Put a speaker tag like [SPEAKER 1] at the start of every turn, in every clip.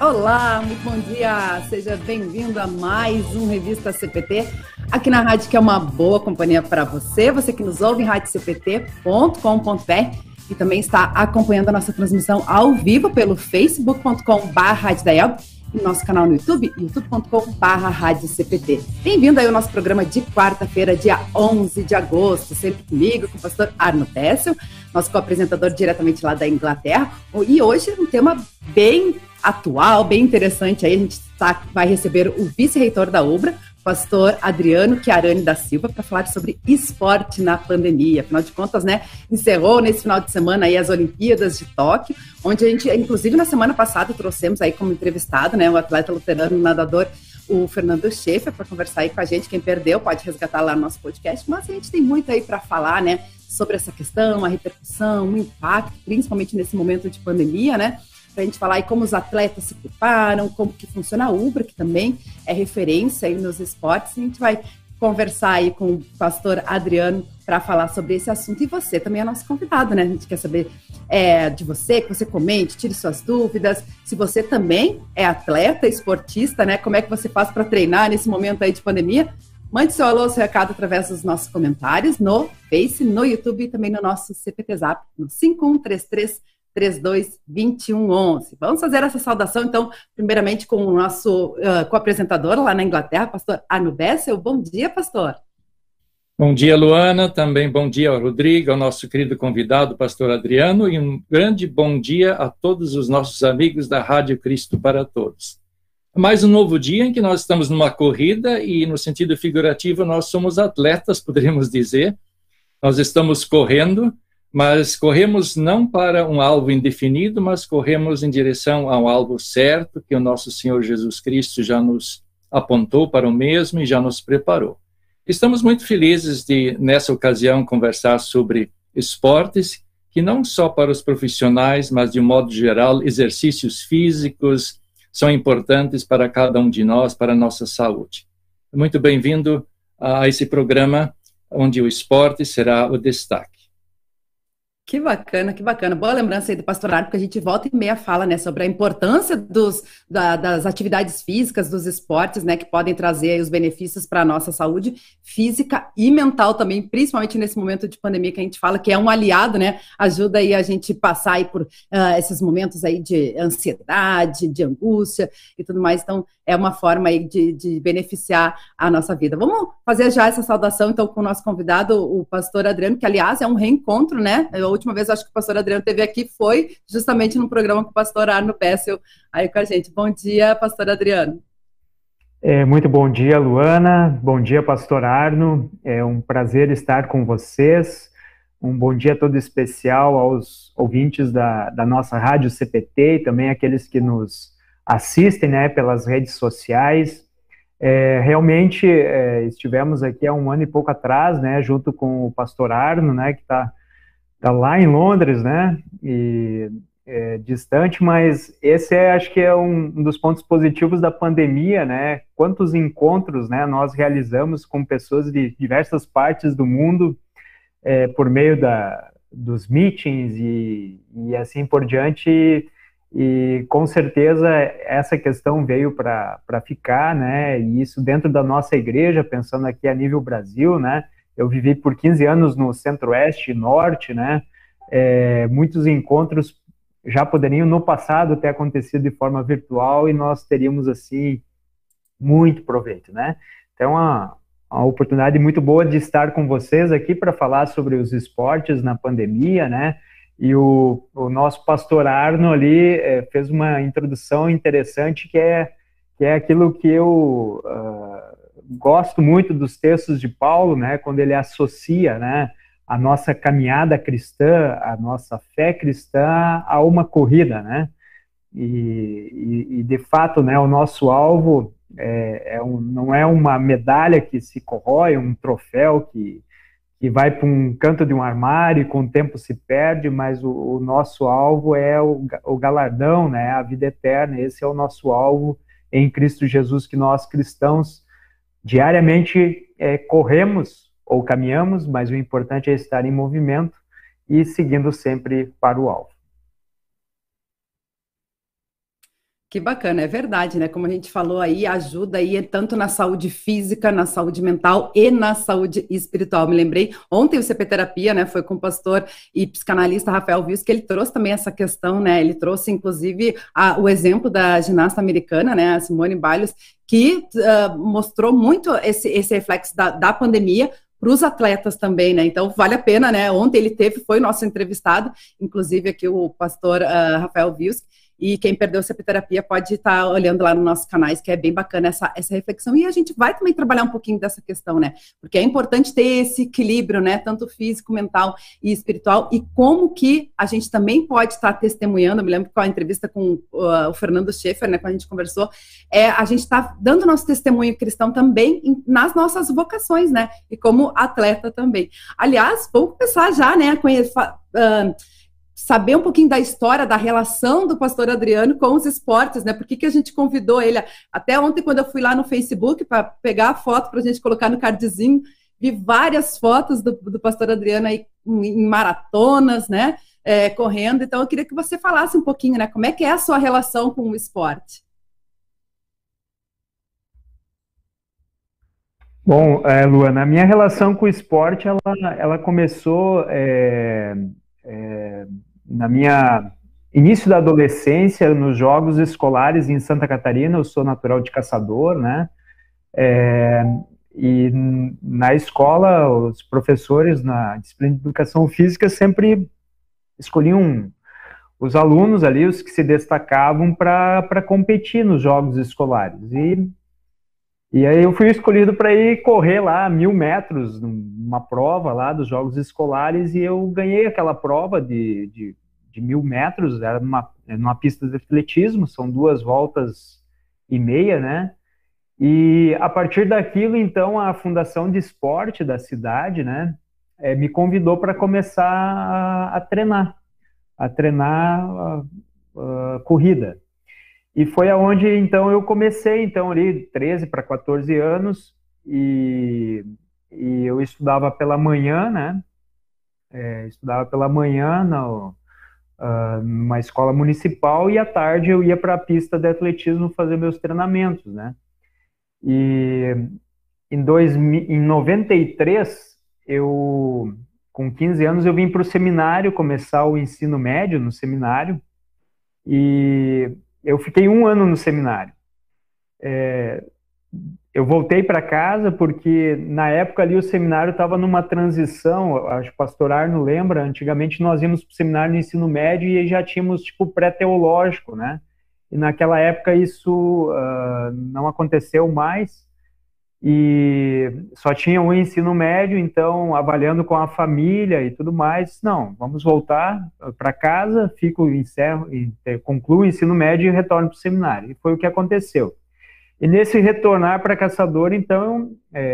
[SPEAKER 1] Olá, muito bom dia, seja bem-vindo a mais um Revista CPT, aqui na rádio que é uma boa companhia para você, você que nos ouve em radiocpt.com.br e também está acompanhando a nossa transmissão ao vivo pelo facebook.com/radiodaielb e nosso canal no YouTube, youtube.com/radiocpt. Bem-vindo aí ao nosso programa de quarta-feira, dia 11 de agosto, sempre comigo, com o pastor Arno Tessel, nosso co-apresentador diretamente lá da Inglaterra, e hoje um tema bem atual, bem interessante aí, a gente vai receber o vice-reitor da UBRA, pastor Adriano Chiarani da Silva, para falar sobre esporte na pandemia. Afinal de contas, né, encerrou nesse final de semana aí as Olimpíadas de Tóquio, onde a gente, inclusive na semana passada, trouxemos aí como entrevistado, né, o atleta luterano nadador, o Fernando Schaefer, para conversar aí com a gente. Quem perdeu pode resgatar lá no nosso podcast, mas a gente tem muito aí para falar, né, sobre essa questão, a repercussão, o impacto, principalmente nesse momento de pandemia, né, para a gente falar aí como os atletas se preparam, como que funciona a UBRA, que também é referência aí nos esportes. A gente vai conversar aí com o pastor Adriano para falar sobre esse assunto. E você também é nosso convidado, né? A gente quer saber de você, que você comente, tire suas dúvidas. Se você também é atleta, esportista, né? Como é que você faz para treinar nesse momento aí de pandemia? Mande seu alô, seu recado através dos nossos comentários no Face, no YouTube e também no nosso CPT Zap, no 5133-322111. Vamos fazer essa saudação, então, primeiramente com o nosso co-apresentador lá na Inglaterra, pastor Arno Bessel. Bom dia, pastor.
[SPEAKER 2] Bom dia, Luana. Também bom dia ao Rodrigo, ao nosso querido convidado, pastor Adriano, e um grande bom dia a todos os nossos amigos da Rádio Cristo para Todos. Mais um novo dia em que nós estamos numa corrida e, no sentido figurativo, nós somos atletas, poderíamos dizer. Nós estamos correndo, mas corremos não para um alvo indefinido, mas corremos em direção a um alvo certo, que o nosso Senhor Jesus Cristo já nos apontou para o mesmo e já nos preparou. Estamos muito felizes de, nessa ocasião, conversar sobre esportes, que não só para os profissionais, mas de um modo geral, exercícios físicos são importantes para cada um de nós, para a nossa saúde. Muito bem-vindo a esse programa, onde o esporte será o destaque.
[SPEAKER 1] Que bacana, que bacana. Boa lembrança aí do pastor Arno, porque a gente volta e meia fala, né, sobre a importância das atividades físicas, dos esportes, né, que podem trazer aí os benefícios para a nossa saúde física e mental também, principalmente nesse momento de pandemia que a gente fala que é um aliado, né, ajuda aí a gente passar aí por esses momentos aí de ansiedade, de angústia e tudo mais. Então, é uma forma aí de beneficiar a nossa vida. Vamos fazer já essa saudação, então, com o nosso convidado, o pastor Adriano, que, aliás, é um reencontro, né? A última vez, acho que o pastor Adriano esteve aqui foi justamente no programa com o pastor Arno Bessel aí com a gente. Bom dia, pastor Adriano.
[SPEAKER 3] Muito bom dia, Luana. Bom dia, pastor Arno. É um prazer estar com vocês. Um bom dia todo especial aos ouvintes da nossa Rádio CPT e também aqueles que nos assistem, né, pelas redes sociais. Realmente estivemos aqui há um ano e pouco atrás, né, junto com o pastor Arno, né, que está lá em Londres, né, e distante, mas esse acho que é um dos pontos positivos da pandemia, né, quantos encontros, né, nós realizamos com pessoas de diversas partes do mundo por meio dos meetings e assim por diante. E com certeza essa questão veio para ficar, né? E isso dentro da nossa igreja, pensando aqui a nível Brasil, né? Eu vivi por 15 anos no Centro-Oeste e Norte, né? Muitos encontros já poderiam no passado ter acontecido de forma virtual e nós teríamos assim muito proveito, né? Então uma oportunidade muito boa de estar com vocês aqui para falar sobre os esportes na pandemia, né? E o nosso pastor Arno ali fez uma introdução interessante que é aquilo que eu gosto muito dos textos de Paulo, né, quando ele associa, né, a nossa caminhada cristã, a nossa fé cristã a uma corrida, né, e de fato, né, o nosso alvo não é uma medalha que se corrói, um troféu que vai para um canto de um armário e com o tempo se perde, mas o nosso alvo é o galardão, né, a vida eterna. Esse é o nosso alvo em Cristo Jesus, que nós cristãos diariamente corremos ou caminhamos, mas o importante é estar em movimento e seguindo sempre para o alvo.
[SPEAKER 1] Que bacana, é verdade, né? Como a gente falou aí, ajuda aí tanto na saúde física, na saúde mental e na saúde espiritual. Me lembrei, ontem o CP Terapia, né, foi com o pastor e psicanalista Rafael Wius, que ele trouxe também essa questão, né? Ele trouxe, inclusive, o exemplo da ginasta americana, né, a Simone Biles, que mostrou muito esse reflexo da pandemia para os atletas também, né? Então vale a pena, né? Ontem ele foi nosso entrevistado, inclusive aqui o pastor Rafael Wius. E quem perdeu a terapia pode estar olhando lá nos nossos canais, que é bem bacana essa reflexão. E a gente vai também trabalhar um pouquinho dessa questão, né? Porque é importante ter esse equilíbrio, né? Tanto físico, mental e espiritual. E como que a gente também pode estar testemunhando. Eu me lembro que com a entrevista com o Fernando Schaeffer, né? Quando a gente conversou, a gente está dando nosso testemunho cristão também nas nossas vocações, né? E como atleta também. Aliás, vamos começar já, né? A conhecer... saber um pouquinho da história, da relação do pastor Adriano com os esportes, né? Por que a gente convidou ele? Até ontem, quando eu fui lá no Facebook para pegar a foto para a gente colocar no cardzinho, vi várias fotos do pastor Adriano aí em maratonas, né? Correndo. Então, eu queria que você falasse um pouquinho, né? Como é que é a sua relação com o esporte?
[SPEAKER 3] Bom, Luana, a minha relação com o esporte, ela começou na minha início da adolescência, nos jogos escolares em Santa Catarina. Eu sou natural de Caçador, né? E na escola, os professores na disciplina de educação física sempre escolhiam os alunos ali, os que se destacavam para competir nos jogos escolares. E aí eu fui escolhido para ir correr lá 1.000 metros, numa prova lá dos Jogos Escolares, e eu ganhei aquela prova de 1.000 metros, era numa pista de atletismo, são 2 voltas e meia, né? E a partir daquilo, então, a Fundação de Esporte da cidade, né, me convidou para começar a treinar corrida. E foi aonde, então, eu comecei, então, ali, 13 para 14 anos, e eu estudava pela manhã, né? Estudava pela manhã numa escola municipal, e à tarde eu ia para a pista de atletismo fazer meus treinamentos, né? E em 93, com 15 anos, eu vim para o seminário, começar o ensino médio no seminário, e eu fiquei 1 ano no seminário. Eu voltei para casa porque, na época ali, o seminário estava numa transição. Acho que o pastor Arno lembra, antigamente nós íamos para o seminário no ensino médio e já tínhamos, tipo, pré-teológico, né? E naquela época isso não aconteceu mais, e só tinha o ensino médio. Então, avaliando com a família e tudo mais, não, vamos voltar para casa, concluo o ensino médio e retorno para o seminário. E foi o que aconteceu. E nesse retornar para Caçador, então,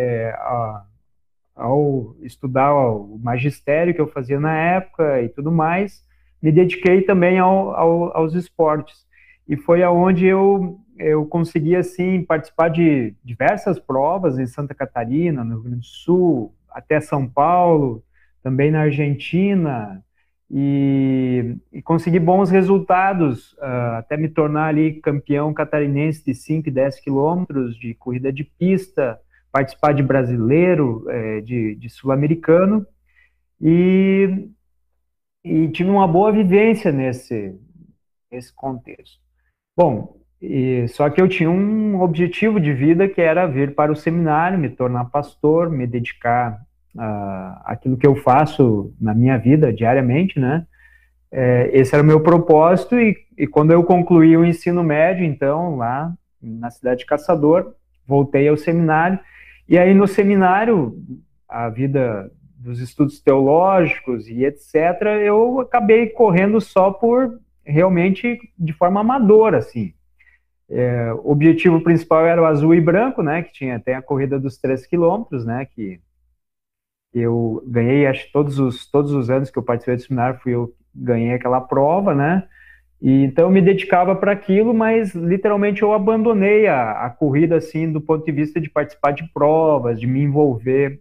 [SPEAKER 3] ao estudar o magistério que eu fazia na época e tudo mais, me dediquei também aos esportes. E foi aonde eu consegui, assim, participar de diversas provas em Santa Catarina, no Rio Grande do Sul, até São Paulo, também na Argentina, e consegui bons resultados, até me tornar ali campeão catarinense de 5 e 10 quilômetros de corrida de pista, participar de brasileiro, de sul-americano, e tive uma boa vivência nesse contexto. Bom, só que eu tinha um objetivo de vida, que era vir para o seminário, me tornar pastor, me dedicar àquilo que eu faço na minha vida diariamente, né? Esse era o meu propósito, e quando eu concluí o ensino médio, então, lá na cidade de Caçador, voltei ao seminário, e aí no seminário, a vida dos estudos teológicos e etc., eu acabei correndo só por, realmente, de forma amadora, assim. O objetivo principal era o azul e branco, né, que tem a corrida dos 3 quilômetros, né, que eu ganhei, acho que todos os anos que eu participei do seminário, eu ganhei aquela prova, né, e então eu me dedicava para aquilo, mas literalmente eu abandonei a corrida, assim, do ponto de vista de participar de provas, de me envolver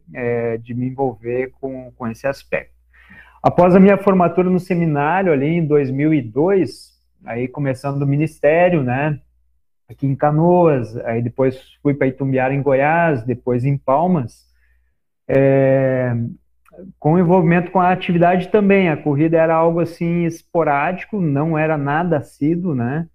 [SPEAKER 3] com esse aspecto. Após a minha formatura no seminário, ali em 2002, aí começando o ministério, né, aqui em Canoas, aí depois fui para Itumbiara, em Goiás, depois em Palmas, com envolvimento com a atividade também. A corrida era algo assim esporádico, não era nada assíduo, né?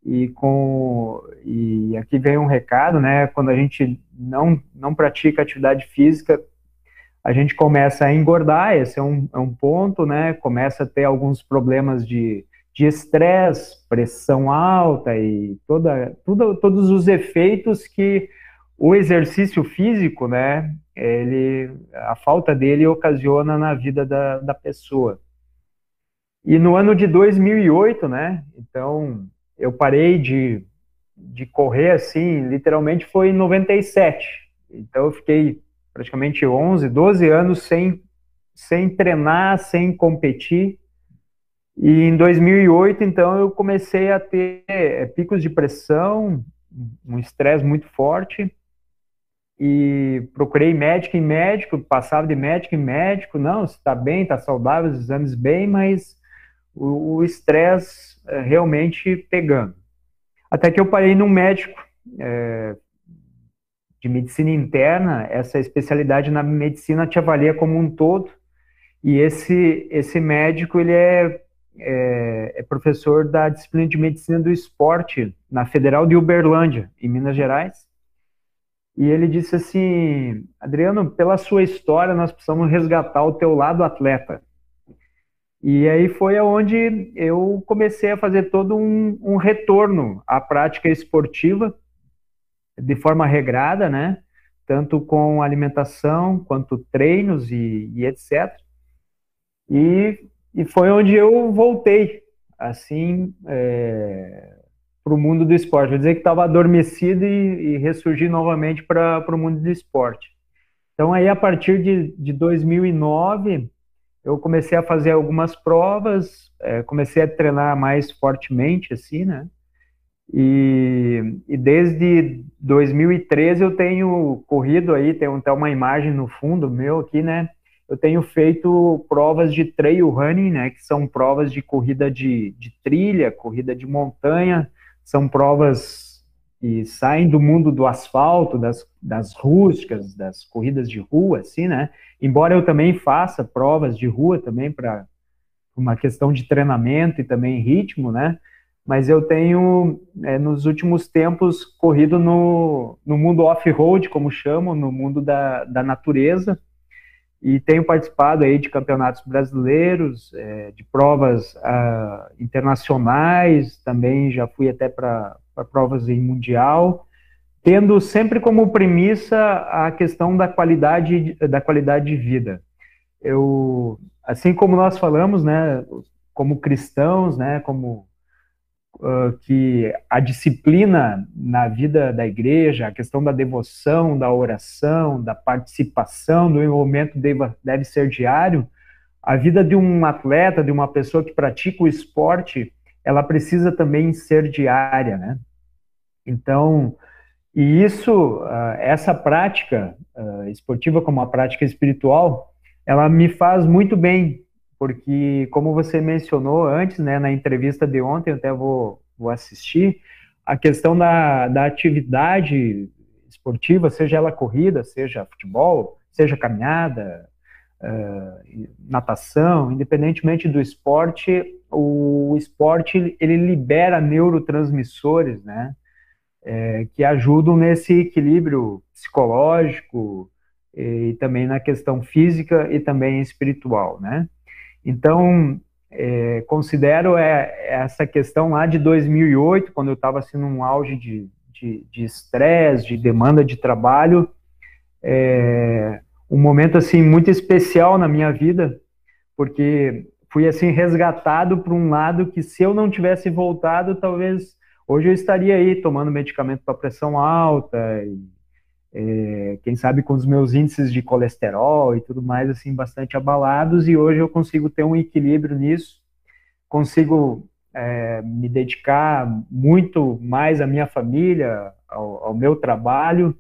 [SPEAKER 3] E aqui vem um recado, né? Quando a gente não pratica atividade física, a gente começa a engordar, esse é um ponto, né? Começa a ter alguns problemas de estresse, pressão alta e todos os efeitos que o exercício físico, né? A falta dele ocasiona na vida da pessoa. E no ano de 2008, né? Então, eu parei de correr assim, literalmente foi em 97. Então, eu fiquei praticamente 11, 12 anos sem treinar, sem competir. E em 2008, então, eu comecei a ter picos de pressão, um estresse muito forte, e procurei médico em médico, passava de médico em médico, não, você está bem, está saudável, os exames bem, mas o estresse realmente pegando. Até que eu parei num médico de medicina interna. Essa especialidade na medicina te avalia como um todo, e esse médico, ele é professor da disciplina de medicina do esporte na Federal de Uberlândia, em Minas Gerais. E ele disse assim: Adriano, pela sua história, nós precisamos resgatar o teu lado atleta. E aí foi onde eu comecei a fazer todo um retorno à prática esportiva, de forma regrada, né? Tanto com alimentação, quanto treinos e etc. E foi onde eu voltei, assim, para o mundo do esporte. Vou dizer que estava adormecido e ressurgi novamente para o mundo do esporte. Então, aí, a partir de 2009, eu comecei a fazer algumas provas, comecei a treinar mais fortemente, assim, né? E desde 2013 eu tenho corrido aí, tem até uma imagem no fundo meu aqui, né? Eu tenho feito provas de trail running, né? Que são provas de corrida de trilha, corrida de montanha. São provas que saem do mundo do asfalto, das rústicas, das corridas de rua, assim, né? Embora eu também faça provas de rua também para uma questão de treinamento e também ritmo, né? Mas eu tenho, nos últimos tempos, corrido no mundo off-road, como chamam, no mundo da natureza, e tenho participado aí de campeonatos brasileiros, de provas internacionais, também já fui até para provas em mundial, tendo sempre como premissa a questão da qualidade de vida. Assim como nós falamos, né, como cristãos, né, como que a disciplina na vida da igreja, a questão da devoção, da oração, da participação, do envolvimento deve ser diário. A vida de um atleta, de uma pessoa que pratica o esporte, ela precisa também ser diária, né? Então, e isso, essa prática esportiva como a prática espiritual, ela me faz muito bem, porque, como você mencionou antes, né, na entrevista de ontem, eu até vou assistir, a questão da atividade esportiva, seja ela corrida, seja futebol, seja caminhada, natação, independentemente do esporte, o esporte, ele libera neurotransmissores, né, que ajudam nesse equilíbrio psicológico e também na questão física e também espiritual, né. Então, considero essa questão lá de 2008, quando eu estava assim, num auge de estresse, de demanda de trabalho, um momento assim, muito especial na minha vida, porque fui assim, resgatado por um lado que, se eu não tivesse voltado, talvez hoje eu estaria aí tomando medicamento para pressão alta, quem sabe com os meus índices de colesterol e tudo mais, assim, bastante abalados, e hoje eu consigo ter um equilíbrio nisso, consigo me dedicar muito mais à minha família, ao meu trabalho,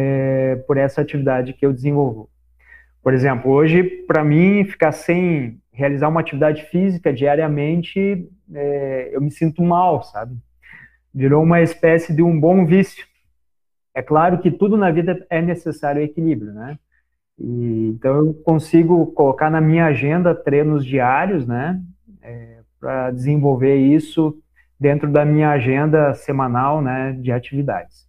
[SPEAKER 3] por essa atividade que eu desenvolvo. Por exemplo, hoje, para mim, ficar sem realizar uma atividade física diariamente, eu me sinto mal, sabe? Virou uma espécie de um bom vício. É claro que tudo na vida é necessário equilíbrio, né? Então eu consigo colocar na minha agenda treinos diários, né? Para desenvolver isso dentro da minha agenda semanal, né, de atividades.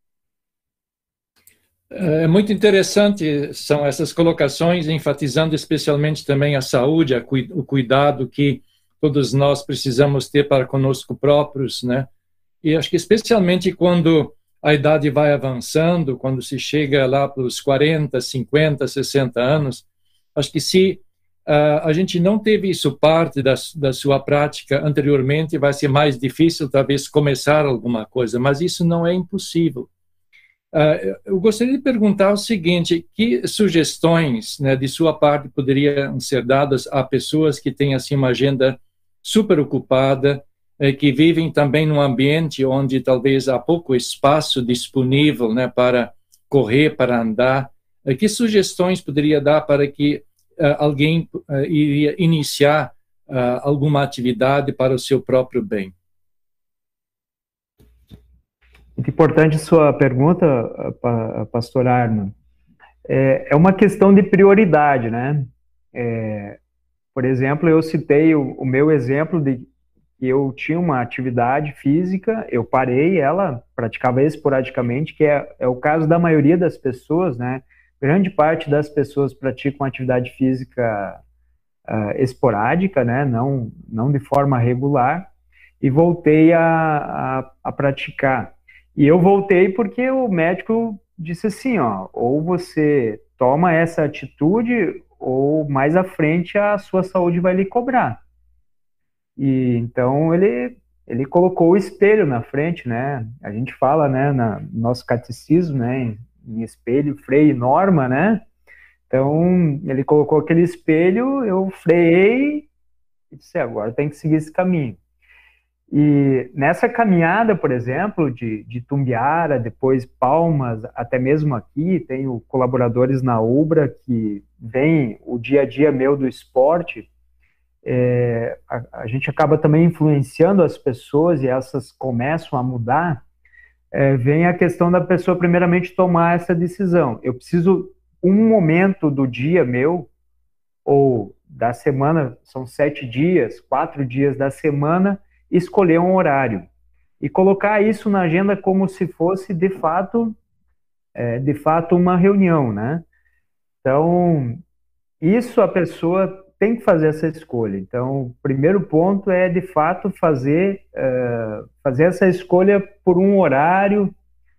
[SPEAKER 2] É muito interessante, são essas colocações, enfatizando especialmente também a saúde, o cuidado que todos nós precisamos ter para conosco próprios, né? E acho que especialmente quando a idade vai avançando, quando se chega lá para os 40, 50, 60 anos, acho que se a gente não teve isso parte da sua prática anteriormente, vai ser mais difícil talvez começar alguma coisa, mas isso não é impossível. Eu gostaria de perguntar o seguinte: que sugestões, né, de sua parte poderiam ser dadas a pessoas que têm assim uma agenda super ocupada, que vivem também num ambiente onde talvez há pouco espaço disponível, né, para correr, para andar? Que sugestões poderia dar para que alguém iria iniciar alguma atividade para o seu próprio bem?
[SPEAKER 3] Muito importante sua pergunta, pastor Arno. É uma questão de prioridade, né? Por exemplo, eu citei o meu exemplo de que eu tinha uma atividade física, eu parei ela, praticava esporadicamente, que é o caso da maioria das pessoas, né? Grande parte das pessoas praticam atividade física esporádica, né? Não de forma regular, e voltei a praticar. E eu voltei porque o médico disse assim, ó, ou você toma essa atitude, ou mais à frente a sua saúde vai lhe cobrar. E então ele colocou o espelho na frente, né? A gente fala, né, no nosso catecismo, né, em espelho, freio e norma, né? Então ele colocou aquele espelho, eu freiei e disse, agora tem que seguir esse caminho. E nessa caminhada, por exemplo, de Tumbiara, depois Palmas, até mesmo aqui, tenho colaboradores na Ubra que vêm o dia a dia meu do esporte, a gente acaba também influenciando as pessoas e essas começam a mudar, vem a questão da pessoa primeiramente tomar essa decisão. Eu preciso, um momento do dia meu, ou da semana, são 7 dias, 4 dias da semana, escolher um horário e colocar isso na agenda como se fosse de fato uma reunião, né? Então, isso a pessoa tem que fazer essa escolha. Então, o primeiro ponto é de fato fazer essa escolha por um horário,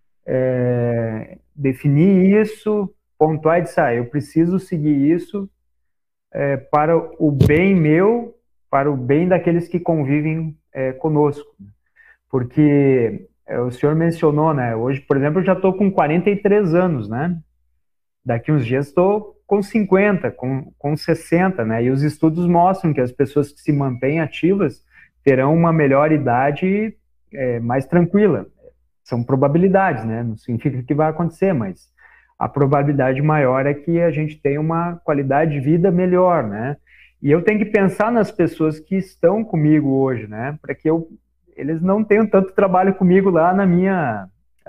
[SPEAKER 3] definir isso, pontuar e dizer, eu preciso seguir isso para o bem meu, para o bem daqueles que convivem conosco. Porque o senhor mencionou, né? Hoje, por exemplo, eu já estou com 43 anos, né? Daqui uns dias estou com 50, com 60, né? E os estudos mostram que as pessoas que se mantêm ativas terão uma melhor idade mais tranquila. São probabilidades, né? Não significa que vai acontecer, mas a probabilidade maior é que a gente tenha uma qualidade de vida melhor, né? E eu tenho que pensar nas pessoas que estão comigo hoje, né? Para que eles não tenham tanto trabalho comigo lá na minha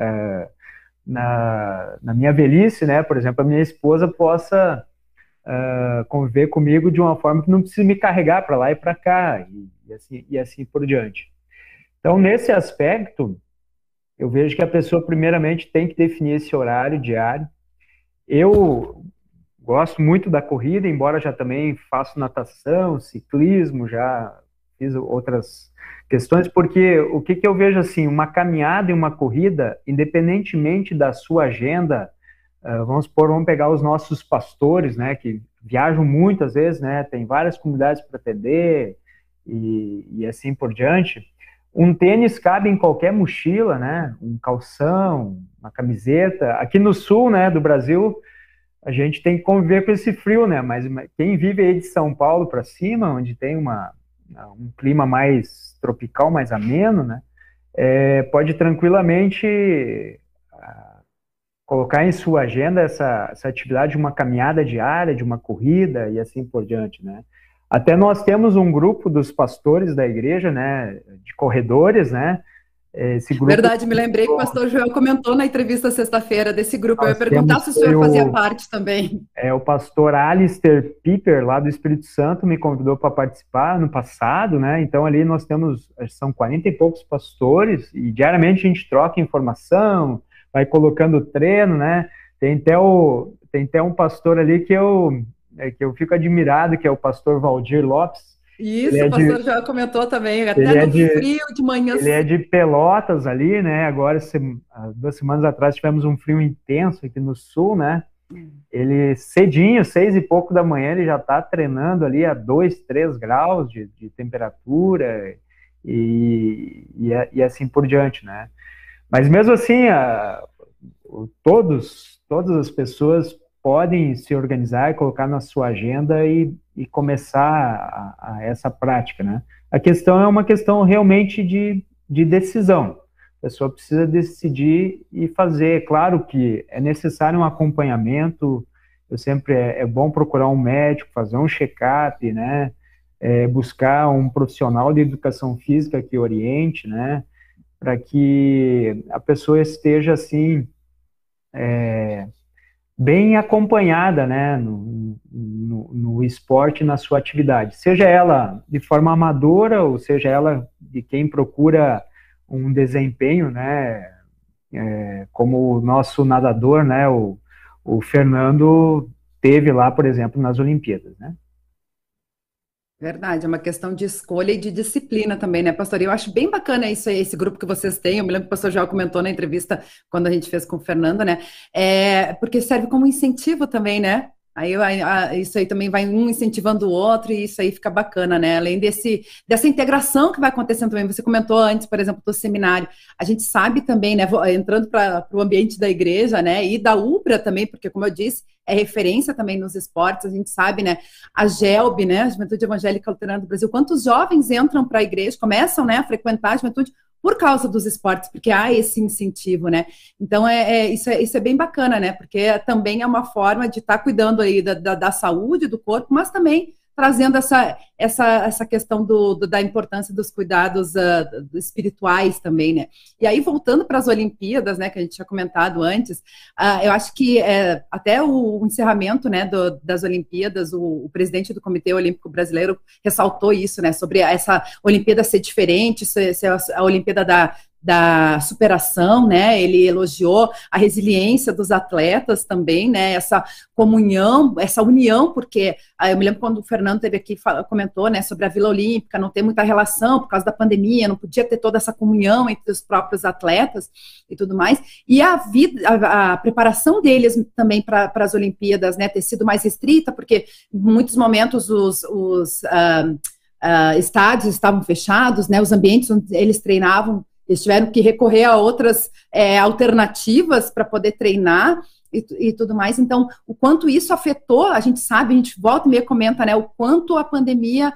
[SPEAKER 3] velhice, né? Por exemplo, a minha esposa possa conviver comigo de uma forma que não precise me carregar para lá e para cá, e assim por diante. Então, nesse aspecto, eu vejo que a pessoa primeiramente tem que definir esse horário diário. Eu gosto muito da corrida, embora já também faço natação, ciclismo, já fiz outras questões, porque o que eu vejo assim, uma caminhada e uma corrida, independentemente da sua agenda, vamos pegar os nossos pastores, né, que viajam muitas vezes, né, tem várias comunidades para atender e assim por diante. Um tênis cabe em qualquer mochila, né, um calção, uma camiseta. Aqui no sul, né, do Brasil, a gente tem que conviver com esse frio, né? Mas quem vive aí de São Paulo para cima, onde tem um clima mais tropical, mais ameno, né? Pode tranquilamente colocar em sua agenda essa atividade de uma caminhada diária, de uma corrida e assim por diante, né? Até nós temos um grupo dos pastores da igreja, né, de corredores, né? Esse grupo...
[SPEAKER 1] Verdade, me lembrei que o pastor Joel comentou na entrevista sexta-feira desse grupo. Eu ia perguntar se o senhor fazia parte também.
[SPEAKER 3] O pastor Alistair Piper, lá do Espírito Santo, me convidou para participar no passado, né? Então ali nós temos, são 40 e poucos pastores, e diariamente a gente troca informação, vai colocando treino, né? Tem até um pastor ali que eu fico admirado, que é o pastor Valdir Lopes.
[SPEAKER 1] Isso, o pastor já comentou também, até no frio de manhã.
[SPEAKER 3] Ele é de Pelotas ali, né? Agora, 2 semanas atrás, tivemos um frio intenso aqui no sul, né? Ele cedinho, 6 e pouco da manhã, ele já está treinando ali a 2, 3 graus de temperatura e assim por diante, né? Mas mesmo assim, todas as pessoas podem se organizar e colocar na sua agenda e começar essa prática, né? A questão é uma questão realmente de decisão. A pessoa precisa decidir e fazer. Claro que é necessário um acompanhamento, é bom procurar um médico, fazer um check-up, né? Buscar um profissional de educação física que oriente, né? Para que a pessoa esteja, assim, bem acompanhada, né, no esporte, na sua atividade, seja ela de forma amadora ou seja ela de quem procura um desempenho, né, como o nosso nadador, né, o Fernando teve lá, por exemplo, nas Olimpíadas, né.
[SPEAKER 1] Verdade, é uma questão de escolha e de disciplina também, né, pastor? Eu acho bem bacana isso aí, esse grupo que vocês têm. Eu me lembro que o pastor Joel comentou na entrevista quando a gente fez com o Fernando, né? Porque serve como incentivo também, né? Aí isso aí também vai um incentivando o outro e isso aí fica bacana, né? Além dessa integração que vai acontecendo também. Você comentou antes, por exemplo, do seminário. A gente sabe também, né? Entrando para o ambiente da igreja, né? E da UBRA também, porque, como eu disse, é referência também nos esportes. A gente sabe, né? A GELB, né? A Juventude Evangélica Luterana do Brasil. Quantos jovens entram para a igreja, começam, né, a frequentar a juventude por causa dos esportes, porque há esse incentivo, né? Então, isso é bem bacana, né? Porque também é uma forma de estar cuidando aí da saúde do corpo, mas também trazendo essa questão da importância dos cuidados espirituais também, né? E aí, voltando para as Olimpíadas, né, que a gente tinha comentado antes, eu acho que até o encerramento, né, das Olimpíadas, o presidente do Comitê Olímpico Brasileiro ressaltou isso, né, sobre essa Olimpíada ser diferente, ser a Olimpíada da superação, né? Ele elogiou a resiliência dos atletas também, né? Essa comunhão, essa união, porque eu me lembro quando o Fernando esteve aqui, comentou, né, sobre a Vila Olímpica, não ter muita relação por causa da pandemia, não podia ter toda essa comunhão entre os próprios atletas e tudo mais, e a preparação deles também para as Olimpíadas, né, ter sido mais restrita, porque em muitos momentos os estádios estavam fechados, né, os ambientes onde eles treinavam, eles tiveram que recorrer a outras alternativas para poder treinar e tudo mais. Então, o quanto isso afetou, a gente sabe, a gente volta e meia comenta, né, o quanto a pandemia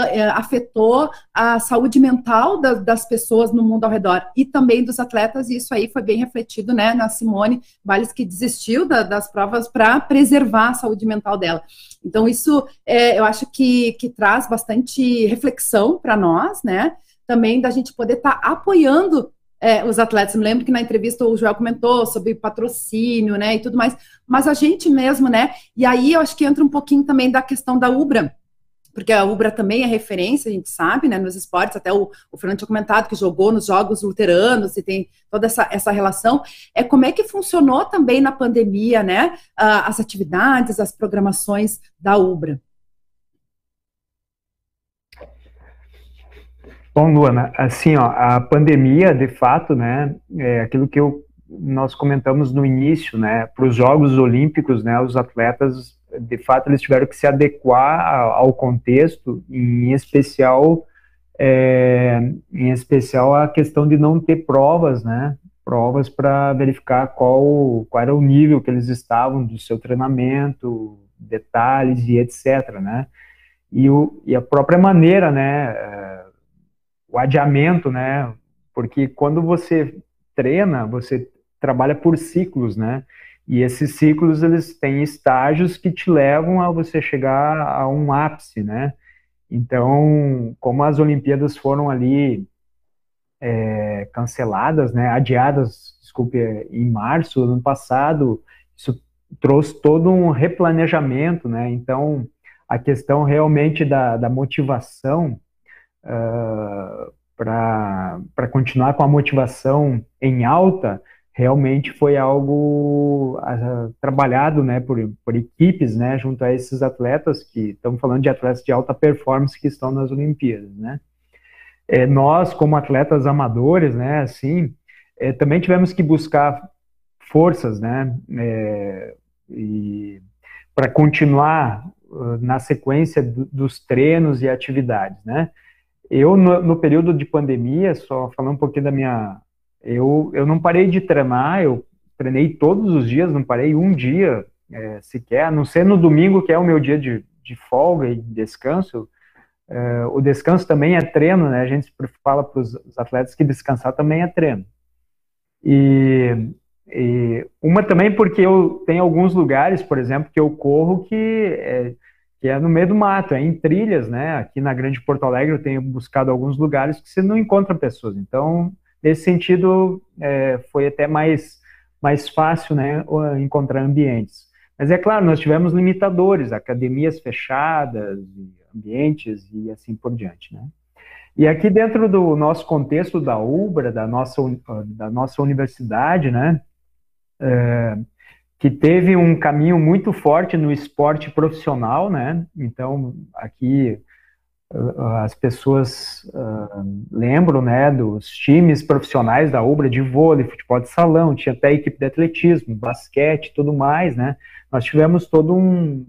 [SPEAKER 1] afetou a saúde mental das pessoas no mundo ao redor e também dos atletas, e isso aí foi bem refletido, né, na Simone Biles, que desistiu das provas para preservar a saúde mental dela. Então, isso eu acho que traz bastante reflexão para nós, né, também da gente poder estar apoiando os atletas. Me lembro que na entrevista o Joel comentou sobre patrocínio, né, e tudo mais, mas a gente mesmo, né, e aí eu acho que entra um pouquinho também da questão da UBRA, porque a UBRA também é referência, a gente sabe, né, nos esportes, até o Fernando tinha comentado que jogou nos Jogos Luteranos e tem toda essa relação. Como é que funcionou também na pandemia, né, as atividades, as programações da UBRA?
[SPEAKER 3] Bom, Luana, assim, ó, a pandemia, de fato, né, aquilo que nós comentamos no início, né, para os Jogos Olímpicos, né, os atletas, de fato, eles tiveram que se adequar ao contexto, em especial a questão de não ter provas, né, provas para verificar qual era o nível que eles estavam do seu treinamento, detalhes e etc., né, e a própria maneira, né, o adiamento, né, porque quando você treina, você trabalha por ciclos, né, e esses ciclos, eles têm estágios que te levam a você chegar a um ápice, né, Então, como as Olimpíadas foram ali canceladas, né, adiadas, desculpe, em março do ano passado, isso trouxe todo um replanejamento, né? Então, a questão realmente da motivação, para continuar com a motivação em alta, realmente foi algo trabalhado, né, por equipes, né, junto a esses atletas, que estamos falando de atletas de alta performance que estão nas Olimpíadas, né. Nós, como atletas amadores, né, assim, também tivemos que buscar forças, né, e para continuar na sequência dos treinos e atividades, né. Eu, no período de pandemia, só falando um pouquinho da minha... Eu não parei de treinar, eu treinei todos os dias, não parei um dia sequer, a não ser no domingo, que é o meu dia de folga e descanso. O descanso também é treino, né? A gente fala para os atletas que descansar também é treino. E uma também porque eu tenho alguns lugares, por exemplo, que eu corro que é no meio do mato, em trilhas, né? Aqui na Grande Porto Alegre eu tenho buscado alguns lugares que você não encontra pessoas. Então, nesse sentido, foi até mais fácil, né, encontrar ambientes. Mas é claro, nós tivemos limitadores, academias fechadas, ambientes e assim por diante, né? E aqui dentro do nosso contexto da UBRA, da nossa universidade, né, que teve um caminho muito forte no esporte profissional, né? Então, aqui as pessoas lembram, né, dos times profissionais da UBRA de vôlei, futebol de salão, tinha até equipe de atletismo, basquete, tudo mais, né? Nós tivemos todo um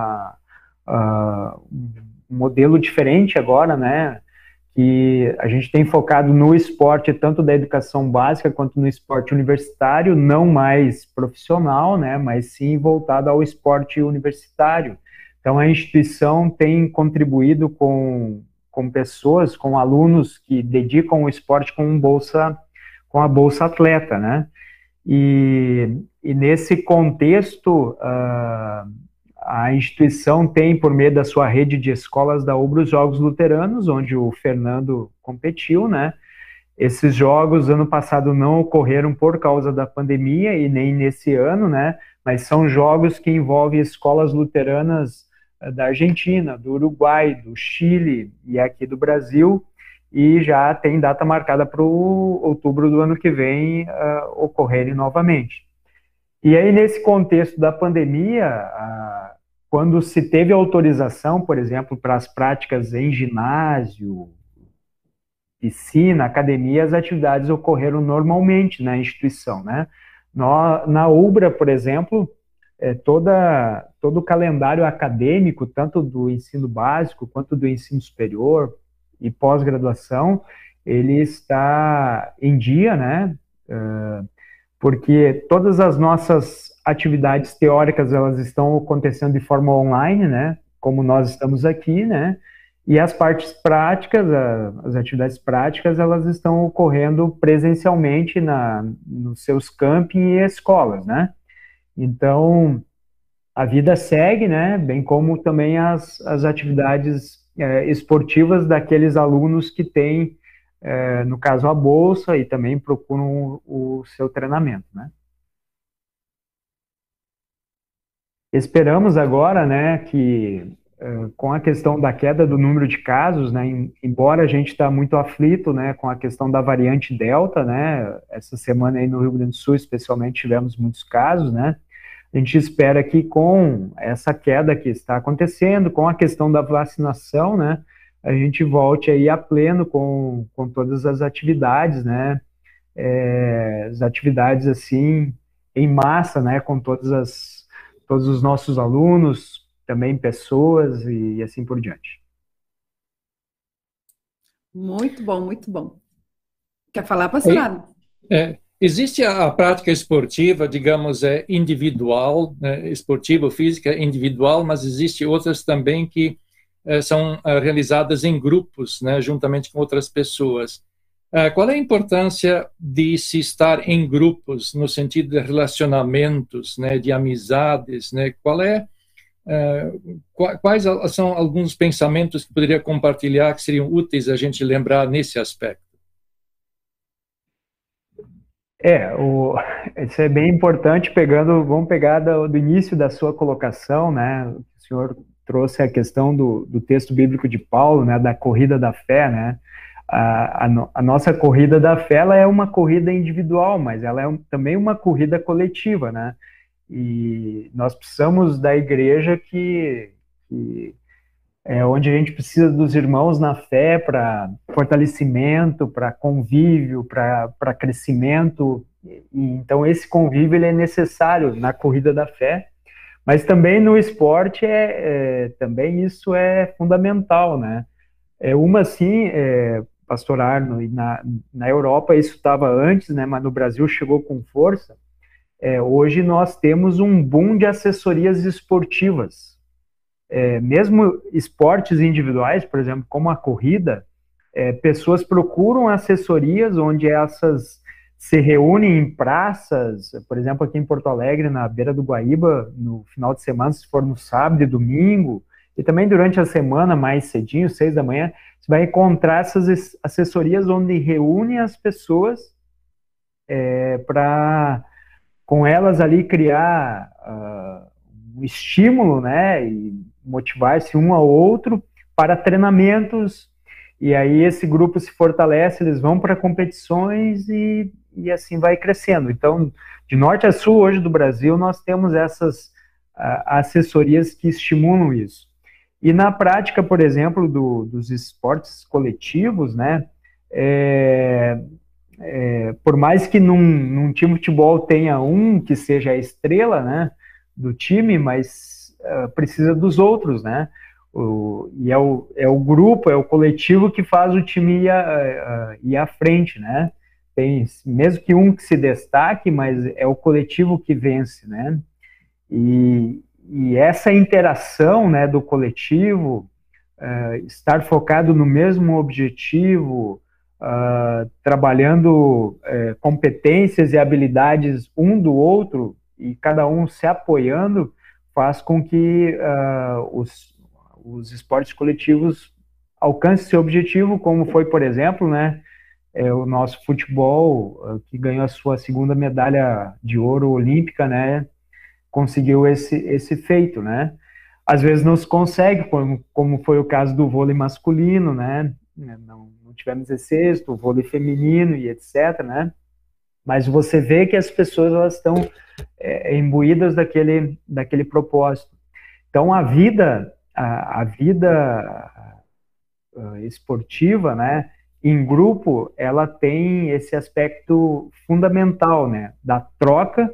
[SPEAKER 3] modelo diferente agora, né? Que a gente tem focado no esporte, tanto da educação básica quanto no esporte universitário, não mais profissional, né, mas sim voltado ao esporte universitário. Então, a instituição tem contribuído com pessoas, com alunos que dedicam o esporte com a Bolsa Atleta, né, e nesse contexto, a instituição tem, por meio da sua rede de escolas da UBRA, os Jogos Luteranos, onde o Fernando competiu, né? Esses jogos, ano passado, não ocorreram por causa da pandemia e nem nesse ano, né? Mas são jogos que envolvem escolas luteranas da Argentina, do Uruguai, do Chile e aqui do Brasil, e já tem data marcada para o outubro do ano que vem ocorrerem novamente. E aí, nesse contexto da pandemia, quando se teve autorização, por exemplo, para as práticas em ginásio, piscina, academia, as atividades ocorreram normalmente na instituição, né? Na UBRA, por exemplo, todo o calendário acadêmico, tanto do ensino básico quanto do ensino superior e pós-graduação, ele está em dia, né? Porque todas as nossas atividades teóricas, elas estão acontecendo de forma online, né, como nós estamos aqui, né, e as partes práticas, as atividades práticas, elas estão ocorrendo presencialmente nos seus campi e escolas, né. Então, a vida segue, né, bem como também as atividades esportivas daqueles alunos que têm, no caso, a bolsa e também procuram o seu treinamento, né. Esperamos agora, né, que com a questão da queda do número de casos, né, embora a gente está muito aflito, né, com a questão da variante Delta, né, essa semana aí no Rio Grande do Sul, especialmente, tivemos muitos casos, né, a gente espera que com essa queda que está acontecendo, com a questão da vacinação, né, a gente volte aí a pleno com todas as atividades, né, as atividades, assim, em massa, né, com todos os nossos alunos, também pessoas e assim por diante.
[SPEAKER 1] Muito bom, muito bom. Quer falar, pastor Arno?
[SPEAKER 2] Existe a prática esportiva, digamos, individual, né, esportiva, física, individual, mas existe outras também que são realizadas em grupos, né, juntamente com outras pessoas. Qual é a importância de se estar em grupos, no sentido de relacionamentos, né, de amizades, né? Qual é Quais são alguns pensamentos que poderia compartilhar que seriam úteis a gente lembrar nesse aspecto?
[SPEAKER 3] Isso é bem importante, vamos pegar do início da sua colocação, né? O senhor trouxe a questão do texto bíblico de Paulo, né? Da corrida da fé, né? A nossa corrida da fé, ela é uma corrida individual, mas ela é também uma corrida coletiva, né? E nós precisamos da igreja que é onde a gente precisa dos irmãos na fé para fortalecimento, para convívio, para crescimento. E, então, esse convívio ele é necessário na corrida da fé, mas também no esporte, também isso é fundamental, né? Pastor Arno, e na Europa isso estava antes, né? Mas no Brasil chegou com força. Hoje nós temos um boom de assessorias esportivas. Mesmo esportes individuais, por exemplo, como a corrida, pessoas procuram assessorias onde essas se reúnem em praças, por exemplo, aqui em Porto Alegre, na beira do Guaíba, no final de semana, se for no sábado e domingo, e também durante a semana, mais cedinho, 6 da manhã, você vai encontrar essas assessorias onde reúnem as pessoas para, com elas ali, criar um estímulo, né, e motivar-se um ao outro para treinamentos, e aí esse grupo se fortalece, eles vão para competições e assim vai crescendo. Então, de norte a sul, hoje do Brasil, nós temos essas assessorias que estimulam isso. E na prática, por exemplo, dos esportes coletivos, né, por mais que num time de futebol tenha um que seja a estrela, né, do time, mas precisa dos outros, né? É o grupo, é o coletivo que faz o time ir à frente, né? Tem mesmo que um que se destaque, mas é o coletivo que vence, né? E essa interação, né, do coletivo, estar focado no mesmo objetivo, trabalhando competências e habilidades um do outro, e cada um se apoiando, faz com que os esportes coletivos alcancem seu objetivo, como foi, por exemplo, né, o nosso futebol, que ganhou a sua segunda medalha de ouro olímpica, né, conseguiu esse feito, né. Às vezes não se consegue, como foi o caso do vôlei masculino, né, não tivemos esse êxito, o vôlei feminino e etc, né, mas você vê que as pessoas elas estão imbuídas daquele propósito. Então a vida esportiva, né, em grupo, ela tem esse aspecto fundamental, né, da troca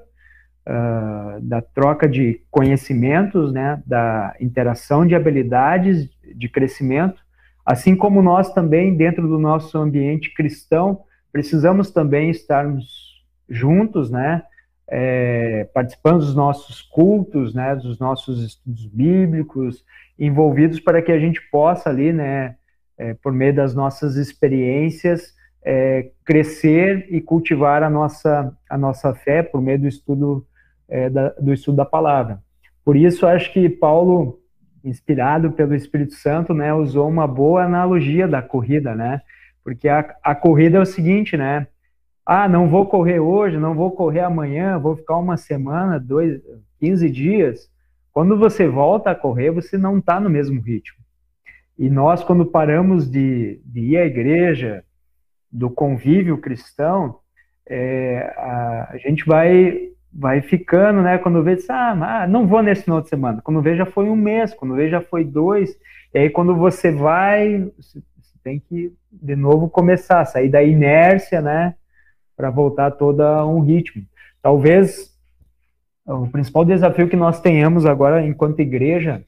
[SPEAKER 3] de conhecimentos, né, da interação de habilidades, de crescimento, assim como nós também, dentro do nosso ambiente cristão, precisamos também estarmos juntos, né, participando dos nossos cultos, né, dos nossos estudos bíblicos, envolvidos para que a gente possa ali, né, por meio das nossas experiências, crescer e cultivar a nossa fé por meio do estudo da palavra. Por isso, acho que Paulo, inspirado pelo Espírito Santo, né, usou uma boa analogia da corrida, né, porque a corrida é o seguinte, né, não vou correr hoje, não vou correr amanhã, vou ficar uma semana, 15 dias. Quando você volta a correr, você não está no mesmo ritmo. E nós, quando paramos de ir à igreja, do convívio cristão, a gente vai ficando, né? Quando vê, não vou nesse final de semana. Quando vê, já foi um mês, quando vê, já foi 2. E aí, quando você vai, você tem que, de novo, começar, sair da inércia, né? Para voltar todo um ritmo. Talvez o principal desafio que nós tenhamos agora enquanto igreja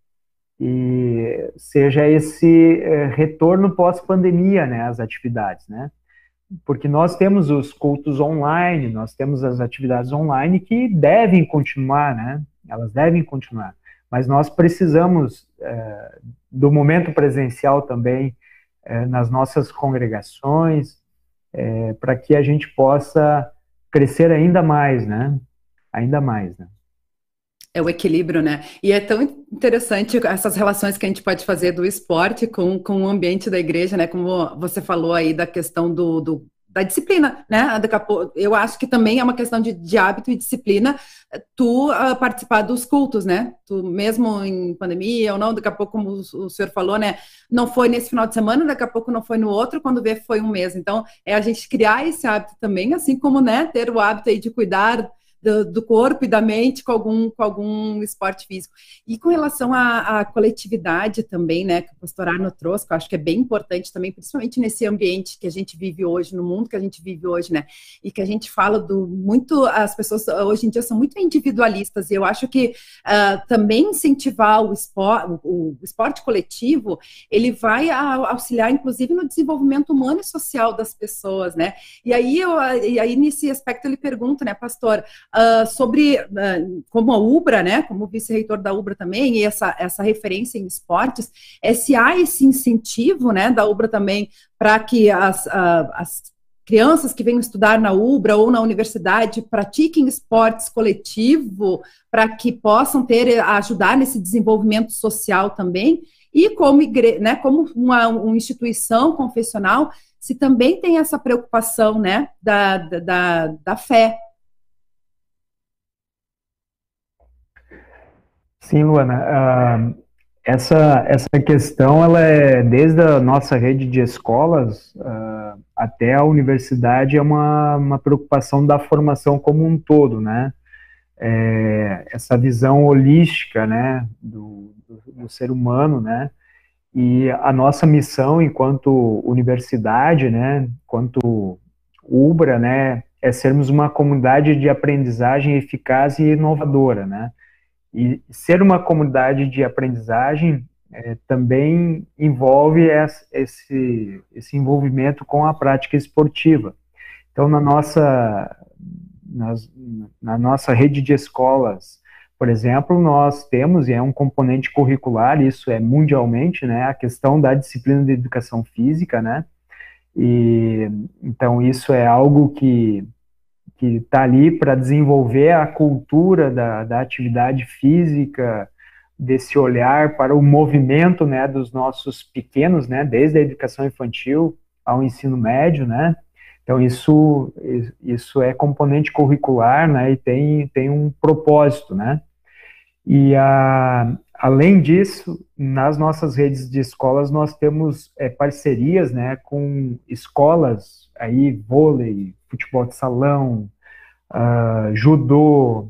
[SPEAKER 3] seja esse retorno pós-pandemia, né, às atividades, né? Porque nós temos os cultos online, nós temos as atividades online que devem continuar, né? Elas devem continuar. Mas nós precisamos do momento presencial também nas nossas congregações, para que a gente possa crescer ainda mais, né? Ainda mais, né?
[SPEAKER 1] É o equilíbrio, né? E é tão interessante essas relações que a gente pode fazer do esporte com o ambiente da igreja, né? Como você falou aí da questão da disciplina, né? Eu acho que também é uma questão de hábito e disciplina tu participar dos cultos, né? Tu mesmo em pandemia ou não, daqui a pouco, como o senhor falou, né? Não foi nesse final de semana, daqui a pouco não foi no outro, quando vê foi um mês. Então, é a gente criar esse hábito também, assim como, né, ter o hábito aí de cuidar do corpo e da mente com algum esporte físico. E com relação à coletividade também, né, que o pastor Arno trouxe, que eu acho que é bem importante também, principalmente nesse ambiente que a gente vive hoje, no mundo que a gente vive hoje, né, e que a gente fala as pessoas hoje em dia são muito individualistas, e eu acho que também incentivar o esporte coletivo, ele vai auxiliar, inclusive, no desenvolvimento humano e social das pessoas, né, e aí nesse aspecto ele pergunta, né, pastor, sobre como a UBRA, né, como vice-reitor da UBRA também, e essa referência em esportes, se há esse incentivo, né, da UBRA também, para que as crianças que venham estudar na UBRA ou na universidade pratiquem esportes coletivo, para que possam ajudar nesse desenvolvimento social também, e como né, como uma instituição confessional, se também tem essa preocupação, né, da fé.
[SPEAKER 3] Sim, Luana, essa questão ela é desde a nossa rede de escolas até a universidade, é uma preocupação da formação como um todo, né? Essa visão holística, né, do ser humano, né? E a nossa missão enquanto universidade, né, enquanto UBRA, né, é sermos uma comunidade de aprendizagem eficaz e inovadora, né? E ser uma comunidade de aprendizagem também envolve esse envolvimento com a prática esportiva. Então, na nossa rede de escolas, por exemplo, nós temos, e é um componente curricular, isso é mundialmente, né, a questão da disciplina de educação física, né, e então isso é algo que está ali para desenvolver a cultura da atividade física, desse olhar para o movimento, né, dos nossos pequenos, né, desde a educação infantil ao ensino médio, né. Então isso é componente curricular, né, e tem um propósito, né. E além disso, nas nossas redes de escolas nós temos parcerias, né, com escolas aí, vôlei, futebol de salão, judô,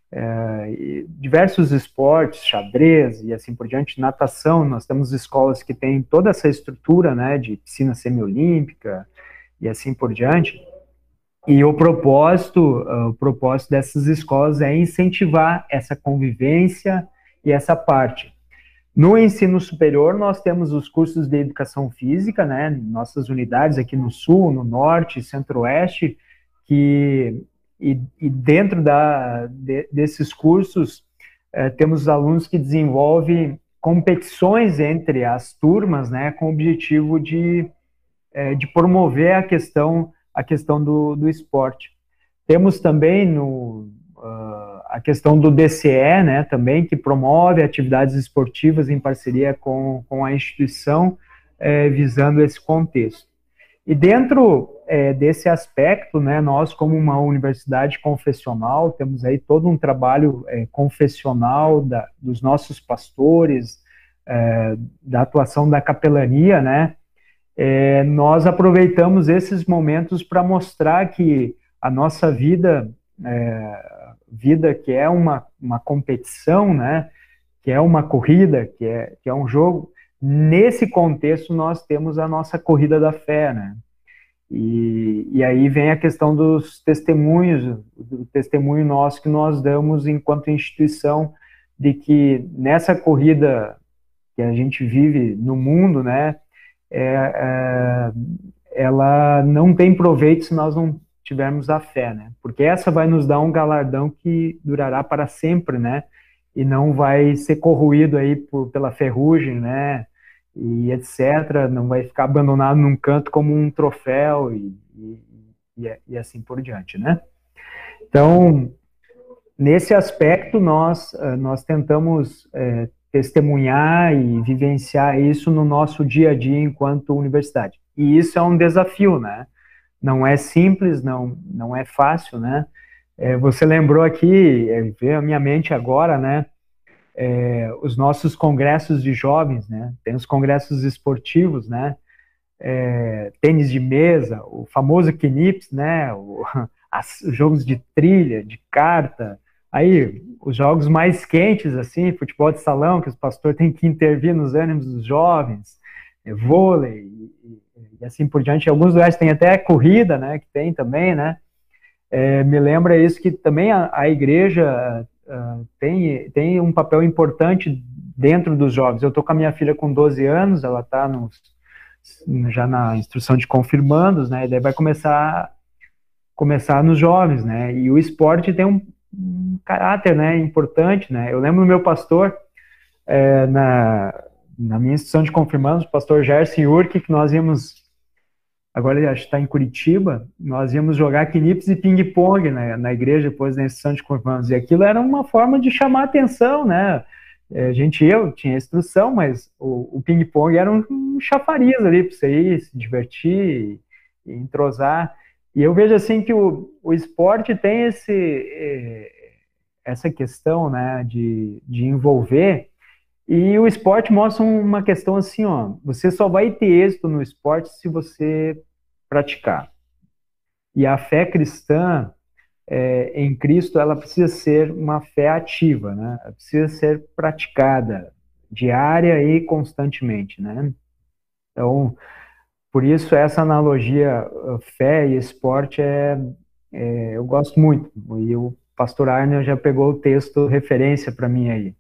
[SPEAKER 3] diversos esportes, xadrez e assim por diante, natação. Nós temos escolas que têm toda essa estrutura, né, de piscina semiolímpica e assim por diante. E o propósito dessas escolas é incentivar essa convivência e essa parte. No ensino superior, nós temos os cursos de educação física, né, nossas unidades aqui no Sul, no Norte, Centro-Oeste, e dentro desses cursos, temos alunos que desenvolvem competições entre as turmas, né, com o objetivo de promover a questão do esporte. Temos também a questão do DCE, né, também, que promove atividades esportivas em parceria com a instituição, visando esse contexto. E dentro desse aspecto, né, nós, como uma universidade confessional, temos aí todo um trabalho confessional dos nossos pastores, da atuação da capelania, né. Nós aproveitamos esses momentos para mostrar que a nossa vida que é uma competição, né, que é uma corrida, que é um jogo, nesse contexto nós temos a nossa corrida da fé, né, e aí vem a questão dos testemunhos, do testemunho nosso que nós damos enquanto instituição, de que nessa corrida que a gente vive no mundo, né, ela não tem proveito se nós não tivermos a fé, né? Porque essa vai nos dar um galardão que durará para sempre, né? E não vai ser corroído aí pela ferrugem, né? E etc. Não vai ficar abandonado num canto como um troféu e assim por diante, né? Então, nesse aspecto, nós tentamos testemunhar e vivenciar isso no nosso dia a dia enquanto universidade. E isso é um desafio, né? Não é simples, não é fácil, né? Você lembrou aqui, veio à minha mente agora, né? Os nossos congressos de jovens, né? Tem os congressos esportivos, né? Tênis de mesa, o famoso Knips, né? Os jogos de trilha, de carta, aí os jogos mais quentes, assim, futebol de salão, que os pastores têm que intervir nos ânimos dos jovens, vôlei, e assim por diante. Em alguns lugares tem até corrida, né? Que tem também, né? Me lembra isso, que também a igreja tem um papel importante dentro dos jovens. Eu estou com a minha filha com 12 anos, ela está já na instrução de confirmandos, né? E daí vai começar nos jovens, né? E o esporte tem um caráter, né, importante, né? Eu lembro do meu pastor, na minha instrução de confirmandos, o pastor Gerson Urque, que nós íamos, agora ele acho que está em Curitiba, nós íamos jogar knips e ping-pong, né, na igreja depois da instrução de confirmandos, e aquilo era uma forma de chamar atenção, né? Eu tinha instrução, mas o ping-pong era um chafariz ali para você ir, se divertir e entrosar. E eu vejo assim que o esporte tem essa questão, né, de envolver, e o esporte mostra uma questão assim, ó, você só vai ter êxito no esporte se você praticar. E a fé cristã em Cristo, ela precisa ser uma fé ativa, né? Ela precisa ser praticada diária e constantemente, né? Então, por isso, essa analogia fé e esporte eu gosto muito. E o pastor Arne já pegou o texto referência para mim aí.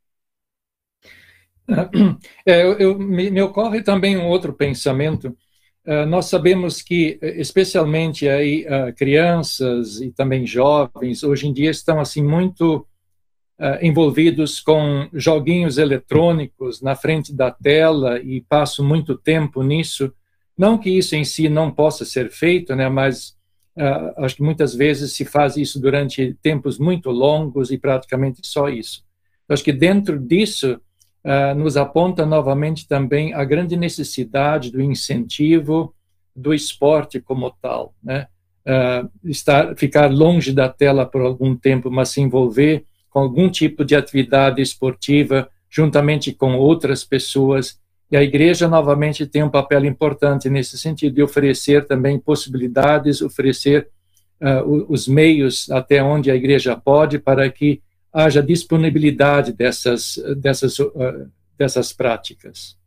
[SPEAKER 2] Me ocorre também um outro pensamento. Nós sabemos que, especialmente aí, crianças e também jovens, hoje em dia estão assim muito envolvidos com joguinhos eletrônicos na frente da tela e passam muito tempo nisso. Não que isso em si não possa ser feito, né, mas acho que muitas vezes se faz isso durante tempos muito longos e praticamente só isso. Acho que dentro disso nos aponta novamente também a grande necessidade do incentivo do esporte como tal, né? Ficar longe da tela por algum tempo, mas se envolver com algum tipo de atividade esportiva juntamente com outras pessoas. E a igreja, novamente, tem um papel importante nesse sentido, de oferecer também possibilidades, oferecer os meios até onde a igreja pode para que haja disponibilidade dessas práticas.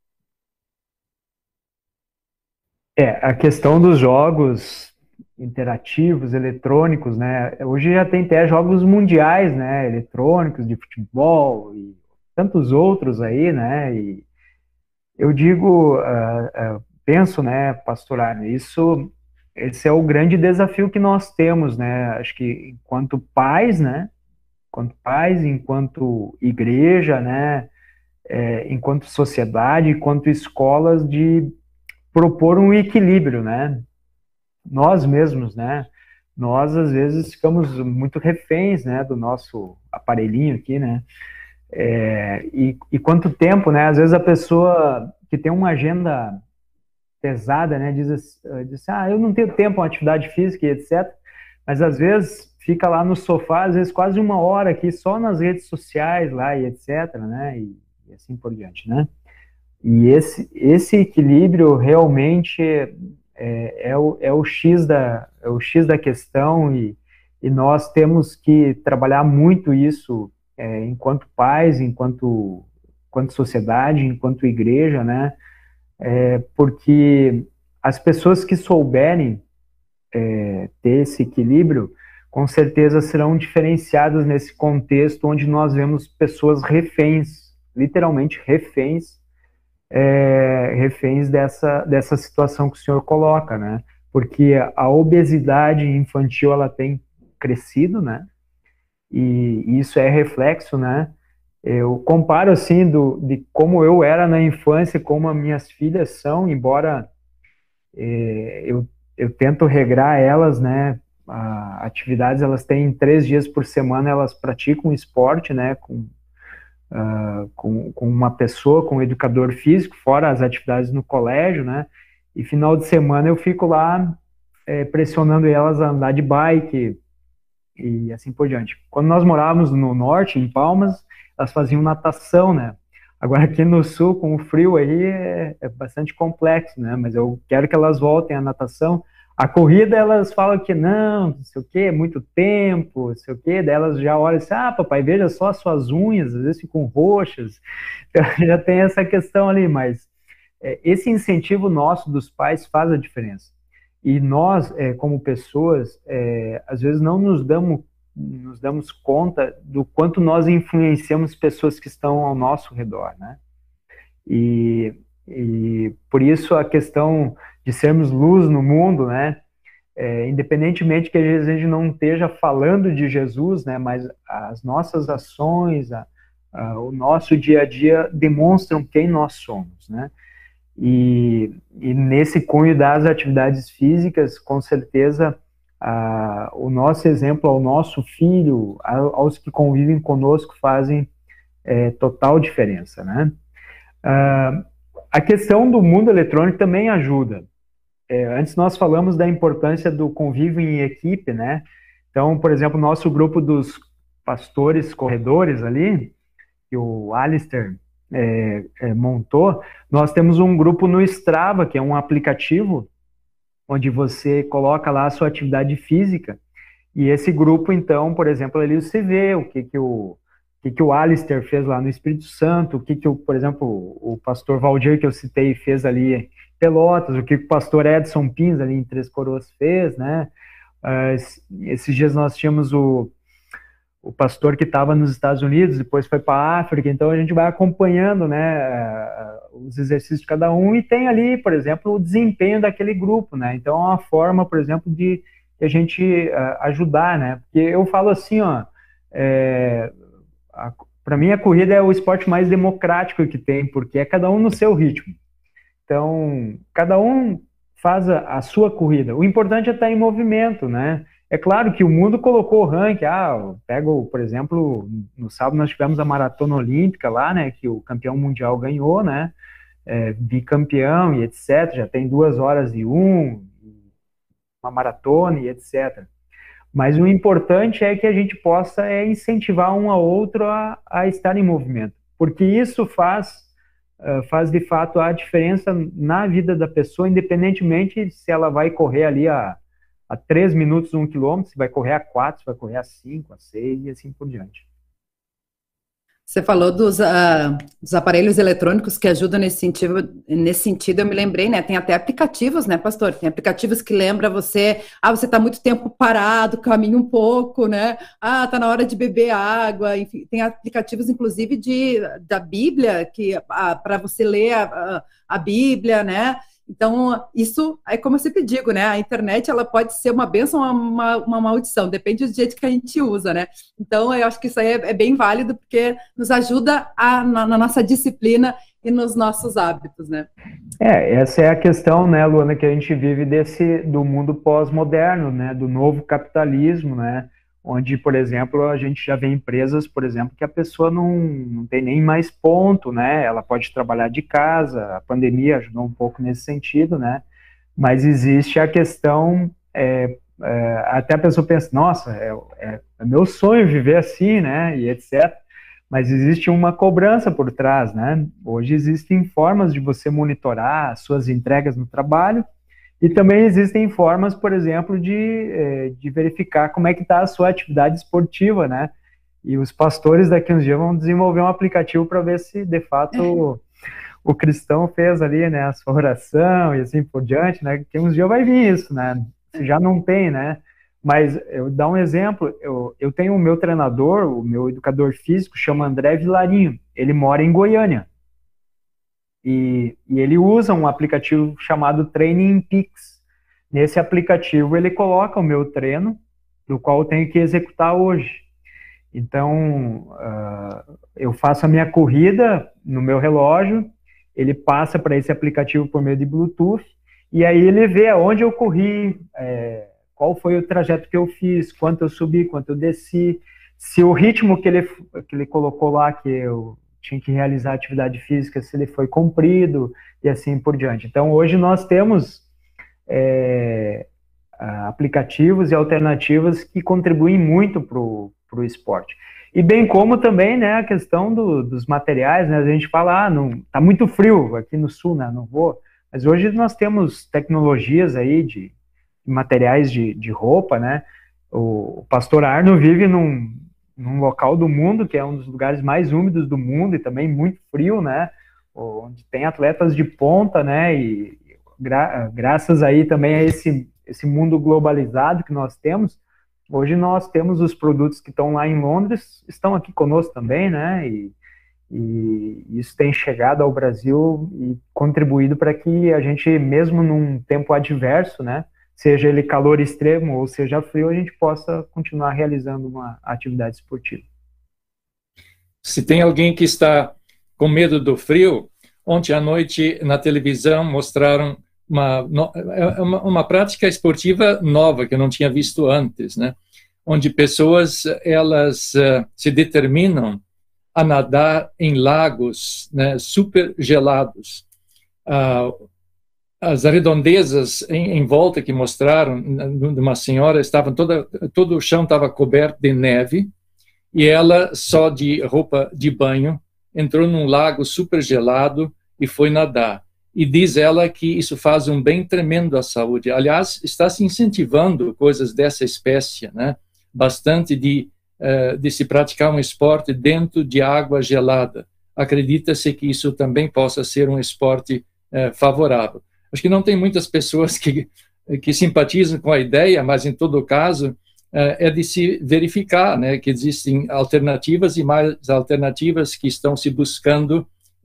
[SPEAKER 3] A questão dos jogos interativos, eletrônicos, né? Hoje já tem até jogos mundiais, né? Eletrônicos, de futebol e tantos outros aí, né? E eu digo, penso, né, pastor Arne, esse é o grande desafio que nós temos, né? Acho que enquanto pais, né? Enquanto igreja, né? Enquanto sociedade, enquanto escolas, de propor um equilíbrio, né? Nós mesmos, né? Nós, às vezes, ficamos muito reféns, né, do nosso aparelhinho aqui, né? E quanto tempo, né? Às vezes a pessoa que tem uma agenda pesada, né, diz assim, eu não tenho tempo, uma atividade física e etc. Mas às vezes fica lá no sofá, às vezes quase uma hora aqui só nas redes sociais lá e etc, né? E assim por diante, né? E esse equilíbrio realmente é o X da questão, e nós temos que trabalhar muito isso enquanto pais, enquanto sociedade, enquanto igreja, né? Porque as pessoas que souberem ter esse equilíbrio, com certeza serão diferenciadas nesse contexto onde nós vemos pessoas reféns, literalmente reféns, reféns dessa situação que o senhor coloca, né? Porque a obesidade infantil, ela tem crescido, né? E isso é reflexo, né? Eu comparo, assim, de como eu era na infância, como as minhas filhas são, embora eu tento regrar elas, né? atividades, elas têm 3 dias por semana, elas praticam esporte, né, com uma pessoa, com um educador físico, fora as atividades no colégio, né, e final de semana eu fico lá pressionando elas a andar de bike e assim por diante. Quando nós morávamos no norte, em Palmas, elas faziam natação, né, agora aqui no sul, com o frio aí, é bastante complexo, né, mas eu quero que elas voltem à natação. A corrida, elas falam que não sei o que, é muito tempo, não sei o que, daí elas já olham assim, papai, veja só as suas unhas, às vezes ficam roxas, então, já tem essa questão ali, mas esse incentivo nosso dos pais faz a diferença. E nós, como pessoas, às vezes não nos damos conta do quanto nós influenciamos pessoas que estão ao nosso redor, né? E por isso a questão de sermos luz no mundo, né? Independentemente que às vezes a gente não esteja falando de Jesus, né? Mas as nossas ações, o nosso dia a dia demonstram quem nós somos, né? E nesse cunho das atividades físicas, com certeza, o nosso exemplo ao nosso filho, aos que convivem conosco, fazem total diferença, né? A questão do mundo eletrônico também ajuda. Antes nós falamos da importância do convívio em equipe, né? Então, por exemplo, nosso grupo dos pastores corredores ali, que o Alistair montou, nós temos um grupo no Strava, que é um aplicativo onde você coloca lá a sua atividade física, e esse grupo, então, por exemplo, ali você vê o que o Alistair fez lá no Espírito Santo, por exemplo, o pastor Valdir, que eu citei, fez ali em Pelotas, o que o pastor Edson Pins ali em Três Coroas fez, né? Esses dias nós tínhamos o pastor que estava nos Estados Unidos, depois foi para a África, então a gente vai acompanhando, né, os exercícios de cada um, e tem ali, por exemplo, o desempenho daquele grupo, né? Então é uma forma, por exemplo, de a gente ajudar, né? Porque eu falo assim, ó, para mim a corrida é o esporte mais democrático que tem, porque é cada um no seu ritmo. Então, cada um faz a sua corrida. O importante é estar em movimento, né? É claro que o mundo colocou o ranking. Pego, por exemplo, no sábado nós tivemos a maratona olímpica lá, né? Que o campeão mundial ganhou, né? Bicampeão e etc. Já tem 2h01, uma maratona e etc. Mas o importante é que a gente possa incentivar um ao outro a estar em movimento, porque isso faz de fato a diferença na vida da pessoa, independentemente se ela vai correr ali a 3 minutos 1 quilômetro, se vai correr a 4, se vai correr a 5, a 6 e assim por diante.
[SPEAKER 1] Você falou dos aparelhos eletrônicos que ajudam nesse sentido, eu me lembrei, né? Tem até aplicativos, né, pastor? Tem aplicativos que lembram você, você está muito tempo parado, caminha um pouco, né? Tá na hora de beber água, enfim, tem aplicativos, inclusive, da Bíblia, que para você ler a Bíblia, né? Então, isso é como eu sempre digo, né? A internet, ela pode ser uma bênção ou uma maldição, depende do jeito que a gente usa, né? Então, eu acho que isso aí é bem válido, porque nos ajuda na nossa disciplina e nos nossos hábitos, né?
[SPEAKER 3] Essa é a questão, né, Luana, que a gente vive do mundo pós-moderno, né? Do novo capitalismo, né? Onde, por exemplo, a gente já vê empresas, por exemplo, que a pessoa não tem nem mais ponto, né? Ela pode trabalhar de casa, a pandemia ajudou um pouco nesse sentido, né? Mas existe a questão, até a pessoa pensa, nossa, é meu sonho viver assim, né? E etc. Mas existe uma cobrança por trás, né? Hoje existem formas de você monitorar as suas entregas no trabalho, e também existem formas, por exemplo, de verificar como é que está a sua atividade esportiva, né? E os pastores daqui uns dias vão desenvolver um aplicativo para ver se, de fato, o cristão fez ali, né, a sua oração e assim por diante, né? Que uns dias vai vir isso, né? Já não tem, né? Mas eu dar um exemplo, eu tenho o meu treinador, o meu educador físico, chama André Vilarinho. Ele mora em Goiânia. E ele usa um aplicativo chamado Training Peaks. Nesse aplicativo ele coloca o meu treino, do qual eu tenho que executar hoje. Então, eu faço a minha corrida no meu relógio, ele passa para esse aplicativo por meio de Bluetooth, e aí ele vê aonde eu corri, qual foi o trajeto que eu fiz, quanto eu subi, quanto eu desci, se o ritmo que ele colocou lá, que eu tinha que realizar atividade física, se ele foi cumprido, e assim por diante. Então, hoje nós temos aplicativos e alternativas que contribuem muito para o esporte. E bem como também, né, a questão dos materiais, né, a gente fala, não, tá muito frio aqui no sul, né, não vou, mas hoje nós temos tecnologias aí de materiais de roupa, né, o pastor Arno vive num local do mundo que é um dos lugares mais úmidos do mundo e também muito frio, né, onde tem atletas de ponta, né, e graças aí também a esse mundo globalizado que nós temos, hoje nós temos os produtos que estão lá em Londres, estão aqui conosco também, né, e isso tem chegado ao Brasil e contribuído para que a gente, mesmo num tempo adverso, né, seja ele calor extremo ou seja frio, a gente possa continuar realizando uma atividade esportiva.
[SPEAKER 2] Se tem alguém que está com medo do frio, ontem à noite na televisão mostraram uma prática esportiva nova que eu não tinha visto antes, né? Onde pessoas elas se determinam a nadar em lagos, né, super gelados. As redondezas em volta que mostraram de uma senhora estavam todo o chão estava coberto de neve e ela só de roupa de banho entrou num lago super gelado e foi nadar. E diz ela que isso faz um bem tremendo à saúde. Aliás, está se incentivando coisas dessa espécie, né? Bastante de se praticar um esporte dentro de água gelada. Acredita-se que isso também possa ser um esporte favorável. Acho que não tem muitas pessoas que simpatizam com a ideia, mas, em todo caso, é de se verificar, né, que existem alternativas e mais alternativas que estão se buscando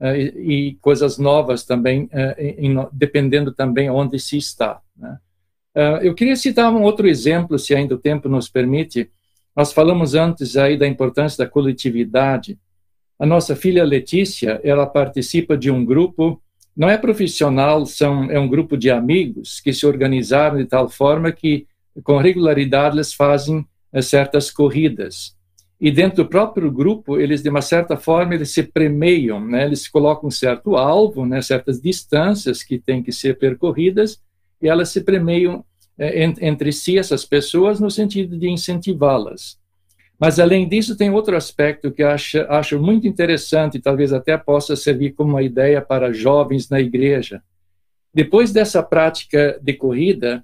[SPEAKER 2] e coisas novas também, dependendo também onde se está, né. Eu queria citar um outro exemplo, se ainda o tempo nos permite. Nós falamos antes aí da importância da coletividade. A nossa filha Letícia, ela participa de um grupo, não é profissional, é um grupo de amigos que se organizaram de tal forma que, com regularidade, eles fazem certas corridas. E dentro do próprio grupo, eles, de uma certa forma, eles se premiam, né? Eles colocam um certo alvo, né? Certas distâncias que têm que ser percorridas, e elas se premiam entre si, essas pessoas, no sentido de incentivá-las. Mas, além disso, tem outro aspecto que eu acho muito interessante, e talvez até possa servir como uma ideia para jovens na igreja. Depois dessa prática de corrida,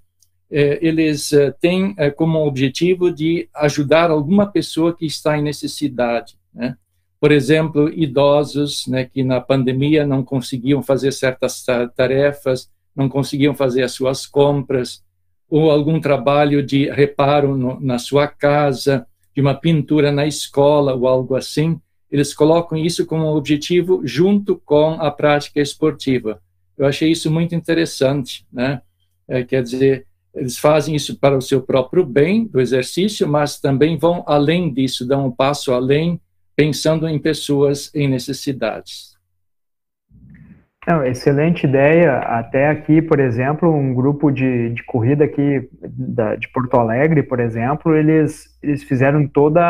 [SPEAKER 2] eles têm como objetivo de ajudar alguma pessoa que está em necessidade, né? Por exemplo, idosos, né, que na pandemia não conseguiam fazer certas tarefas, não conseguiam fazer as suas compras, ou algum trabalho de reparo na sua casa, de uma pintura na escola ou algo assim. Eles colocam isso como objetivo junto com a prática esportiva. Eu achei isso muito interessante, né? Quer dizer, eles fazem isso para o seu próprio bem, do exercício, mas também vão além disso, dão um passo além, pensando em pessoas em necessidades.
[SPEAKER 3] Não, excelente ideia. Até aqui, por exemplo, um grupo de corrida aqui de Porto Alegre, por exemplo, eles fizeram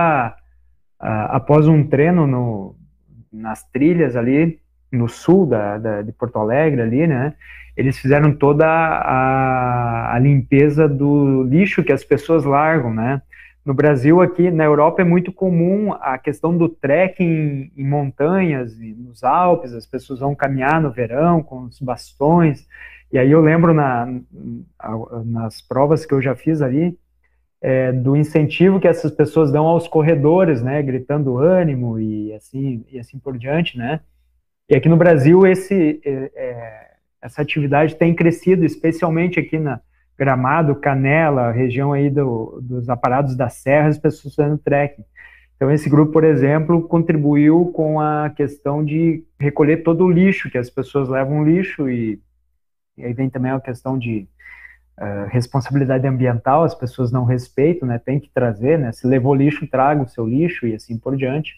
[SPEAKER 3] após um treino nas trilhas ali, no sul de Porto Alegre ali, né? Eles fizeram toda a limpeza do lixo que as pessoas largam, né? No Brasil, aqui na Europa, é muito comum a questão do trekking em montanhas, e nos Alpes, as pessoas vão caminhar no verão com os bastões, e aí eu lembro nas provas que eu já fiz ali, do incentivo que essas pessoas dão aos corredores, né, gritando ânimo e assim por diante, né? E aqui no Brasil essa atividade tem crescido, especialmente aqui na Gramado, Canela, região aí dos aparados da serra, as pessoas fazendo trekking. Então esse grupo, por exemplo, contribuiu com a questão de recolher todo o lixo, que as pessoas levam lixo, e aí vem também a questão de responsabilidade ambiental, as pessoas não respeitam, né, tem que trazer, né, se levou lixo, traga o seu lixo e assim por diante.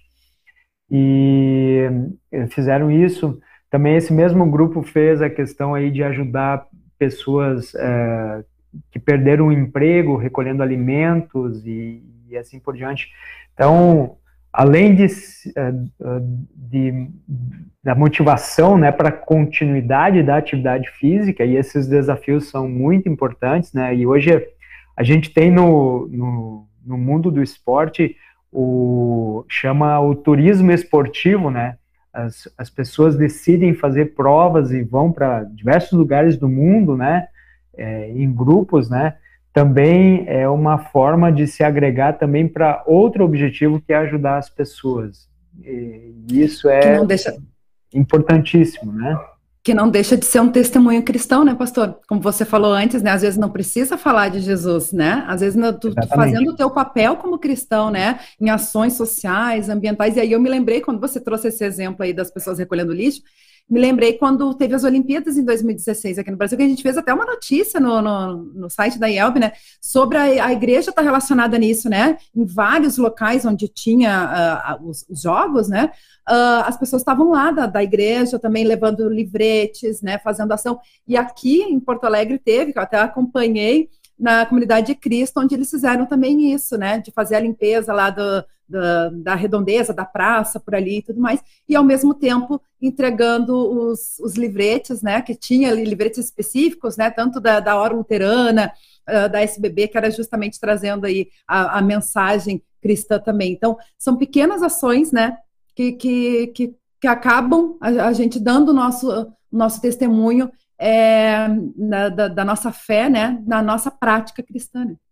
[SPEAKER 3] E fizeram isso. Também esse mesmo grupo fez a questão aí de ajudar pessoas que perderam o emprego recolhendo alimentos e assim por diante. Então, além da motivação, né, para a continuidade da atividade física, e esses desafios são muito importantes, né, e hoje a gente tem no mundo do esporte chama o turismo esportivo, né, as pessoas decidem fazer provas e vão para diversos lugares do mundo, né, em grupos, né, também é uma forma de se agregar também para outro objetivo, que é ajudar as pessoas. E isso é importantíssimo, né?
[SPEAKER 1] Que não deixa de ser um testemunho cristão, né, pastor? Como você falou antes, né? Às vezes não precisa falar de Jesus, né? Às vezes tu fazendo o teu papel como cristão, né? Em ações sociais, ambientais. E aí eu me lembrei, quando você trouxe esse exemplo aí das pessoas recolhendo lixo, me lembrei quando teve as Olimpíadas em 2016 aqui no Brasil, que a gente fez até uma notícia no site da IELB, né, sobre a igreja estar relacionada nisso, né, em vários locais onde tinha os jogos, né, as pessoas estavam lá da igreja também levando livretes, né, fazendo ação. E aqui em Porto Alegre teve, que eu até acompanhei, na Comunidade de Cristo, onde eles fizeram também isso, né, de fazer a limpeza lá da redondeza, da praça, por ali e tudo mais, e ao mesmo tempo entregando os livretes, né, que tinha livretes específicos, né, tanto da Hora Luterana, da SBB, que era justamente trazendo aí a mensagem cristã também. Então, são pequenas ações, né, que acabam a gente dando o nosso testemunho da nossa fé, né, na nossa prática cristã, né?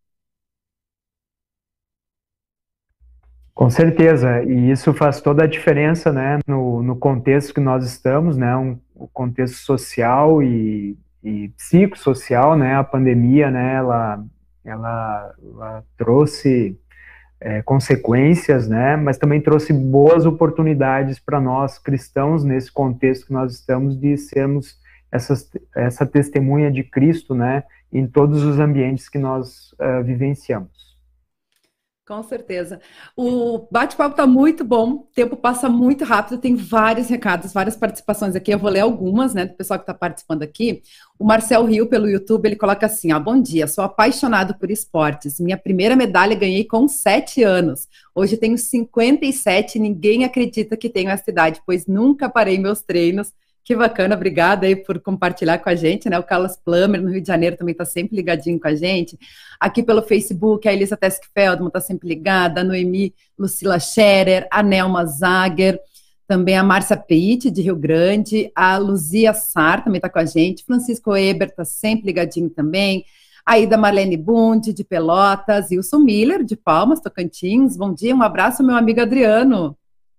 [SPEAKER 3] Com certeza, e isso faz toda a diferença, né, no contexto que nós estamos, né, o contexto social e psicossocial, né, a pandemia, né, ela trouxe consequências, né, mas também trouxe boas oportunidades para nós cristãos nesse contexto que nós estamos, de sermos essa testemunha de Cristo, né, em todos os ambientes que nós vivenciamos.
[SPEAKER 1] Com certeza. O bate-papo está muito bom, o tempo passa muito rápido, tem vários recados, várias participações aqui, eu vou ler algumas, né, do pessoal que está participando aqui. O Marcel Rio, pelo YouTube, ele coloca assim, bom dia, sou apaixonado por esportes, minha primeira medalha ganhei com 7 anos, hoje tenho 57 e ninguém acredita que tenho essa idade, pois nunca parei meus treinos. Que bacana, obrigada aí por compartilhar com a gente, né? O Carlos Plummer, no Rio de Janeiro, também está sempre ligadinho com a gente. Aqui pelo Facebook, a Elisa Teskfeldman está sempre ligada, a Noemi Lucila Scherer, a Nelma Zager, também a Márcia Peite, de Rio Grande, a Luzia Sar também está com a gente, Francisco Eber está sempre ligadinho também, a Ida Marlene Bund, de Pelotas, Wilson Miller, de Palmas, Tocantins. Bom dia, um abraço, meu amigo Adriano.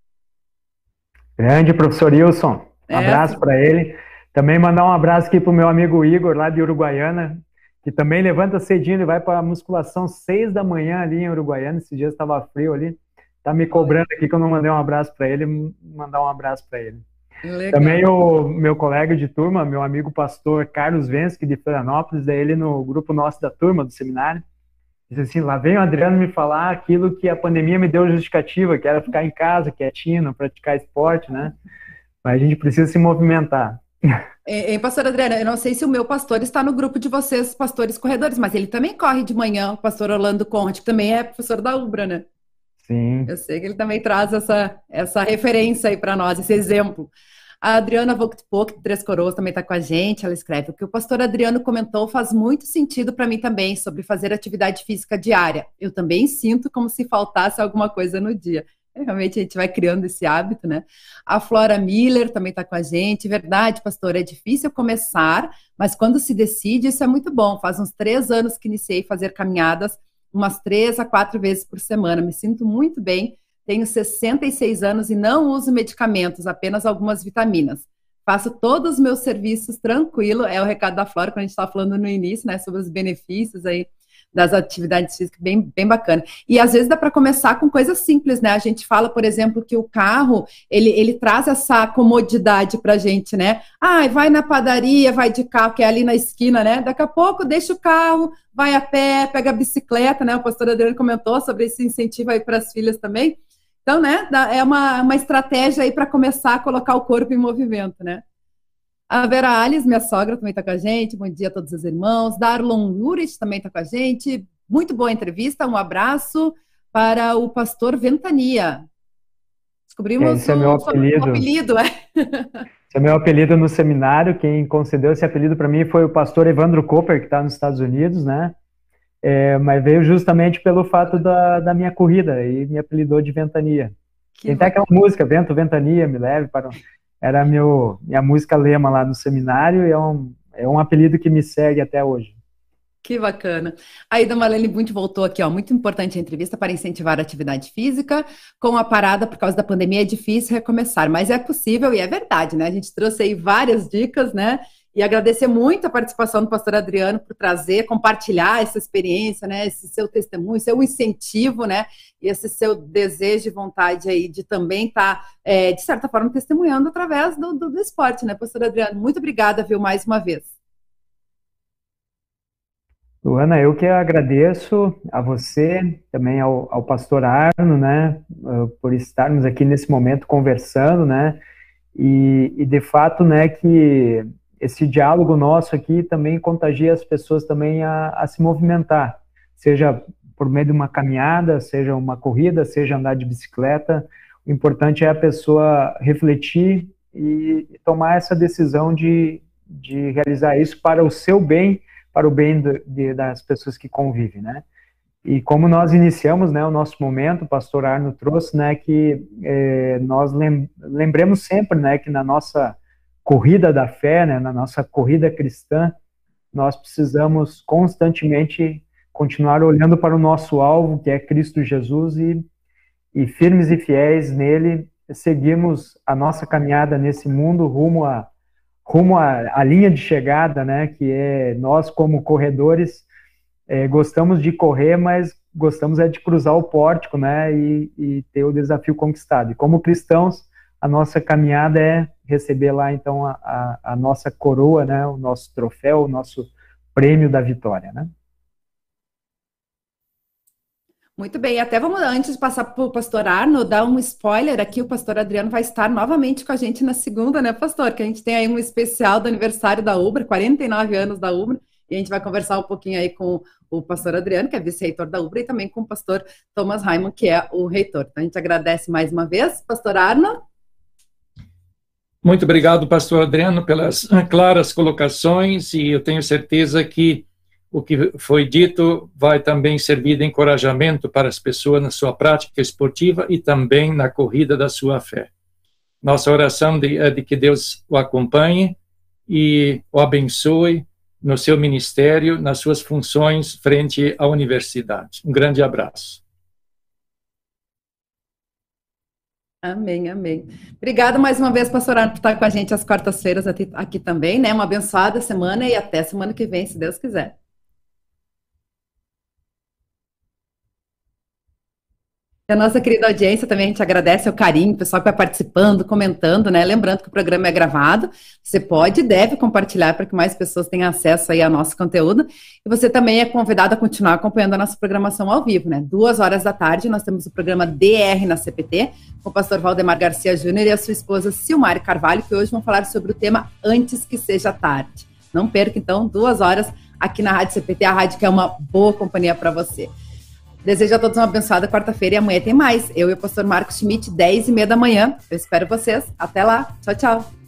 [SPEAKER 3] Grande professor Wilson. Um abraço para ele. Também mandar um abraço aqui para o meu amigo Igor, lá de Uruguaiana, que também levanta cedinho e vai para a musculação 6 da manhã ali em Uruguaiana. Esses dias estava frio ali. Tá me cobrando aqui que eu não mandei um abraço para ele. Mandar um abraço para ele. Legal. Também o meu colega de turma, meu amigo pastor Carlos Vensky, de Florianópolis, daí ele no grupo nosso da turma, do seminário, disse assim, lá vem o Adriano me falar aquilo que a pandemia me deu justificativa, que era ficar em casa, quietinho, não praticar esporte, né? Mas a gente precisa se movimentar.
[SPEAKER 1] Pastor Adriano, eu não sei se o meu pastor está no grupo de vocês, pastores corredores, mas ele também corre de manhã, o pastor Orlando Conte, que também é professor da UBRA, né?
[SPEAKER 3] Sim.
[SPEAKER 1] Eu sei que ele também traz essa referência aí para nós, esse exemplo. A Adriana Vogt-Pock, de Três Coroas, também está com a gente, ela escreve, o que o pastor Adriano comentou faz muito sentido para mim também, sobre fazer atividade física diária. Eu também sinto como se faltasse alguma coisa no dia. Realmente a gente vai criando esse hábito, né? A Flora Miller também está com a gente. Verdade, pastor, é difícil começar, mas quando se decide, isso é muito bom. Faz uns 3 anos que iniciei a fazer caminhadas, umas 3 a 4 vezes por semana. Me sinto muito bem. Tenho 66 anos e não uso medicamentos, apenas algumas vitaminas. Faço todos os meus serviços tranquilo. É o recado da Flora, quando a gente estava falando no início, né? Sobre os benefícios aí das atividades físicas, bem bacana. E às vezes dá para começar com coisas simples, né? A gente fala, por exemplo, que o carro, ele traz essa comodidade para a gente, né? Vai na padaria, vai de carro, que é ali na esquina, né? Daqui a pouco deixa o carro, vai a pé, pega a bicicleta, né? O pastor Adriano comentou sobre esse incentivo aí para as filhas também. Então, né? É uma estratégia aí para começar a colocar o corpo em movimento, né? A Vera Alice, minha sogra, também está com a gente. Bom dia a todos os irmãos. Darlon Urich também está com a gente. Muito boa entrevista. Um abraço para o pastor Ventania. Descobrimos
[SPEAKER 3] esse é meu apelido. Esse é meu apelido no seminário. Quem concedeu esse apelido para mim foi o pastor Evandro Cooper, que está nos Estados Unidos, né? Mas veio justamente pelo fato da minha corrida e me apelidou de Ventania. Tem até aquela música, Vento, Ventania, me leve para... Era minha música lema lá no seminário e é um apelido que me segue até hoje.
[SPEAKER 1] Que bacana. A Ida Malene Bunte voltou aqui, ó. Muito importante a entrevista para incentivar a atividade física. Com a parada por causa da pandemia é difícil recomeçar, mas é possível e é verdade, né? A gente trouxe aí várias dicas, né? E agradecer muito a participação do pastor Adriano por trazer, compartilhar essa experiência, né? Esse seu testemunho, seu incentivo, né? E esse seu desejo e vontade aí de também estar, de certa forma, testemunhando através do esporte, né, pastor Adriano? Muito obrigada, viu, mais uma vez.
[SPEAKER 3] Luana, eu que agradeço a você, também ao pastor Arno, né? Por estarmos aqui nesse momento conversando, né? E de fato, né, que esse diálogo nosso aqui também contagia as pessoas também a se movimentar, seja por meio de uma caminhada, seja uma corrida, seja andar de bicicleta. O importante é a pessoa refletir e tomar essa decisão de realizar isso para o seu bem, para o bem das pessoas que convivem, né? E como nós iniciamos, né, o nosso momento, o pastor Arno trouxe, né, que nós lembremos sempre, né, que na nossa corrida da fé, né, na nossa corrida cristã, nós precisamos constantemente continuar olhando para o nosso alvo, que é Cristo Jesus, e firmes e fiéis nele, seguimos a nossa caminhada nesse mundo rumo à linha de chegada, né, que é nós como corredores, gostamos de correr, mas gostamos de cruzar o pórtico, né, e ter o desafio conquistado. E como cristãos, a nossa caminhada é receber lá, então, a nossa coroa, né, o nosso troféu, o nosso prêmio da vitória, né?
[SPEAKER 1] Muito bem, até vamos, antes de passar para o pastor Arno, dar um spoiler aqui, o pastor Adriano vai estar novamente com a gente na segunda, né, pastor? Que a gente tem aí um especial do aniversário da UBRA, 49 anos da UBRA, e a gente vai conversar um pouquinho aí com o pastor Adriano, que é vice-reitor da UBRA, e também com o pastor Thomas Raimund, que é o reitor. Então, a gente agradece mais uma vez. Pastor Arno?
[SPEAKER 2] Muito obrigado, pastor Adriano, pelas claras colocações, e eu tenho certeza que o que foi dito vai também servir de encorajamento para as pessoas na sua prática esportiva e também na corrida da sua fé. Nossa oração é de que Deus o acompanhe e o abençoe no seu ministério, nas suas funções frente à universidade. Um grande abraço.
[SPEAKER 1] Amém, amém. Obrigada mais uma vez, pastor Arno, por estar com a gente às quartas-feiras aqui também, né? Uma abençoada semana e até semana que vem, se Deus quiser. A nossa querida audiência também, a gente agradece o carinho, o pessoal que vai participando, comentando, né? Lembrando que o programa é gravado, você pode e deve compartilhar para que mais pessoas tenham acesso aí ao nosso conteúdo. E você também é convidado a continuar acompanhando a nossa programação ao vivo, né? 14h nós temos o programa DR na CPT, com o pastor Valdemar Garcia Júnior e a sua esposa Silmari Carvalho, que hoje vão falar sobre o tema Antes que Seja Tarde. Não perca, então, 2 horas aqui na Rádio CPT, a rádio que é uma boa companhia para você. Desejo a todos uma abençoada quarta-feira e amanhã tem mais. Eu e o pastor Marcos Schmidt, 10h30 da manhã. Eu espero vocês. Até lá. Tchau, tchau.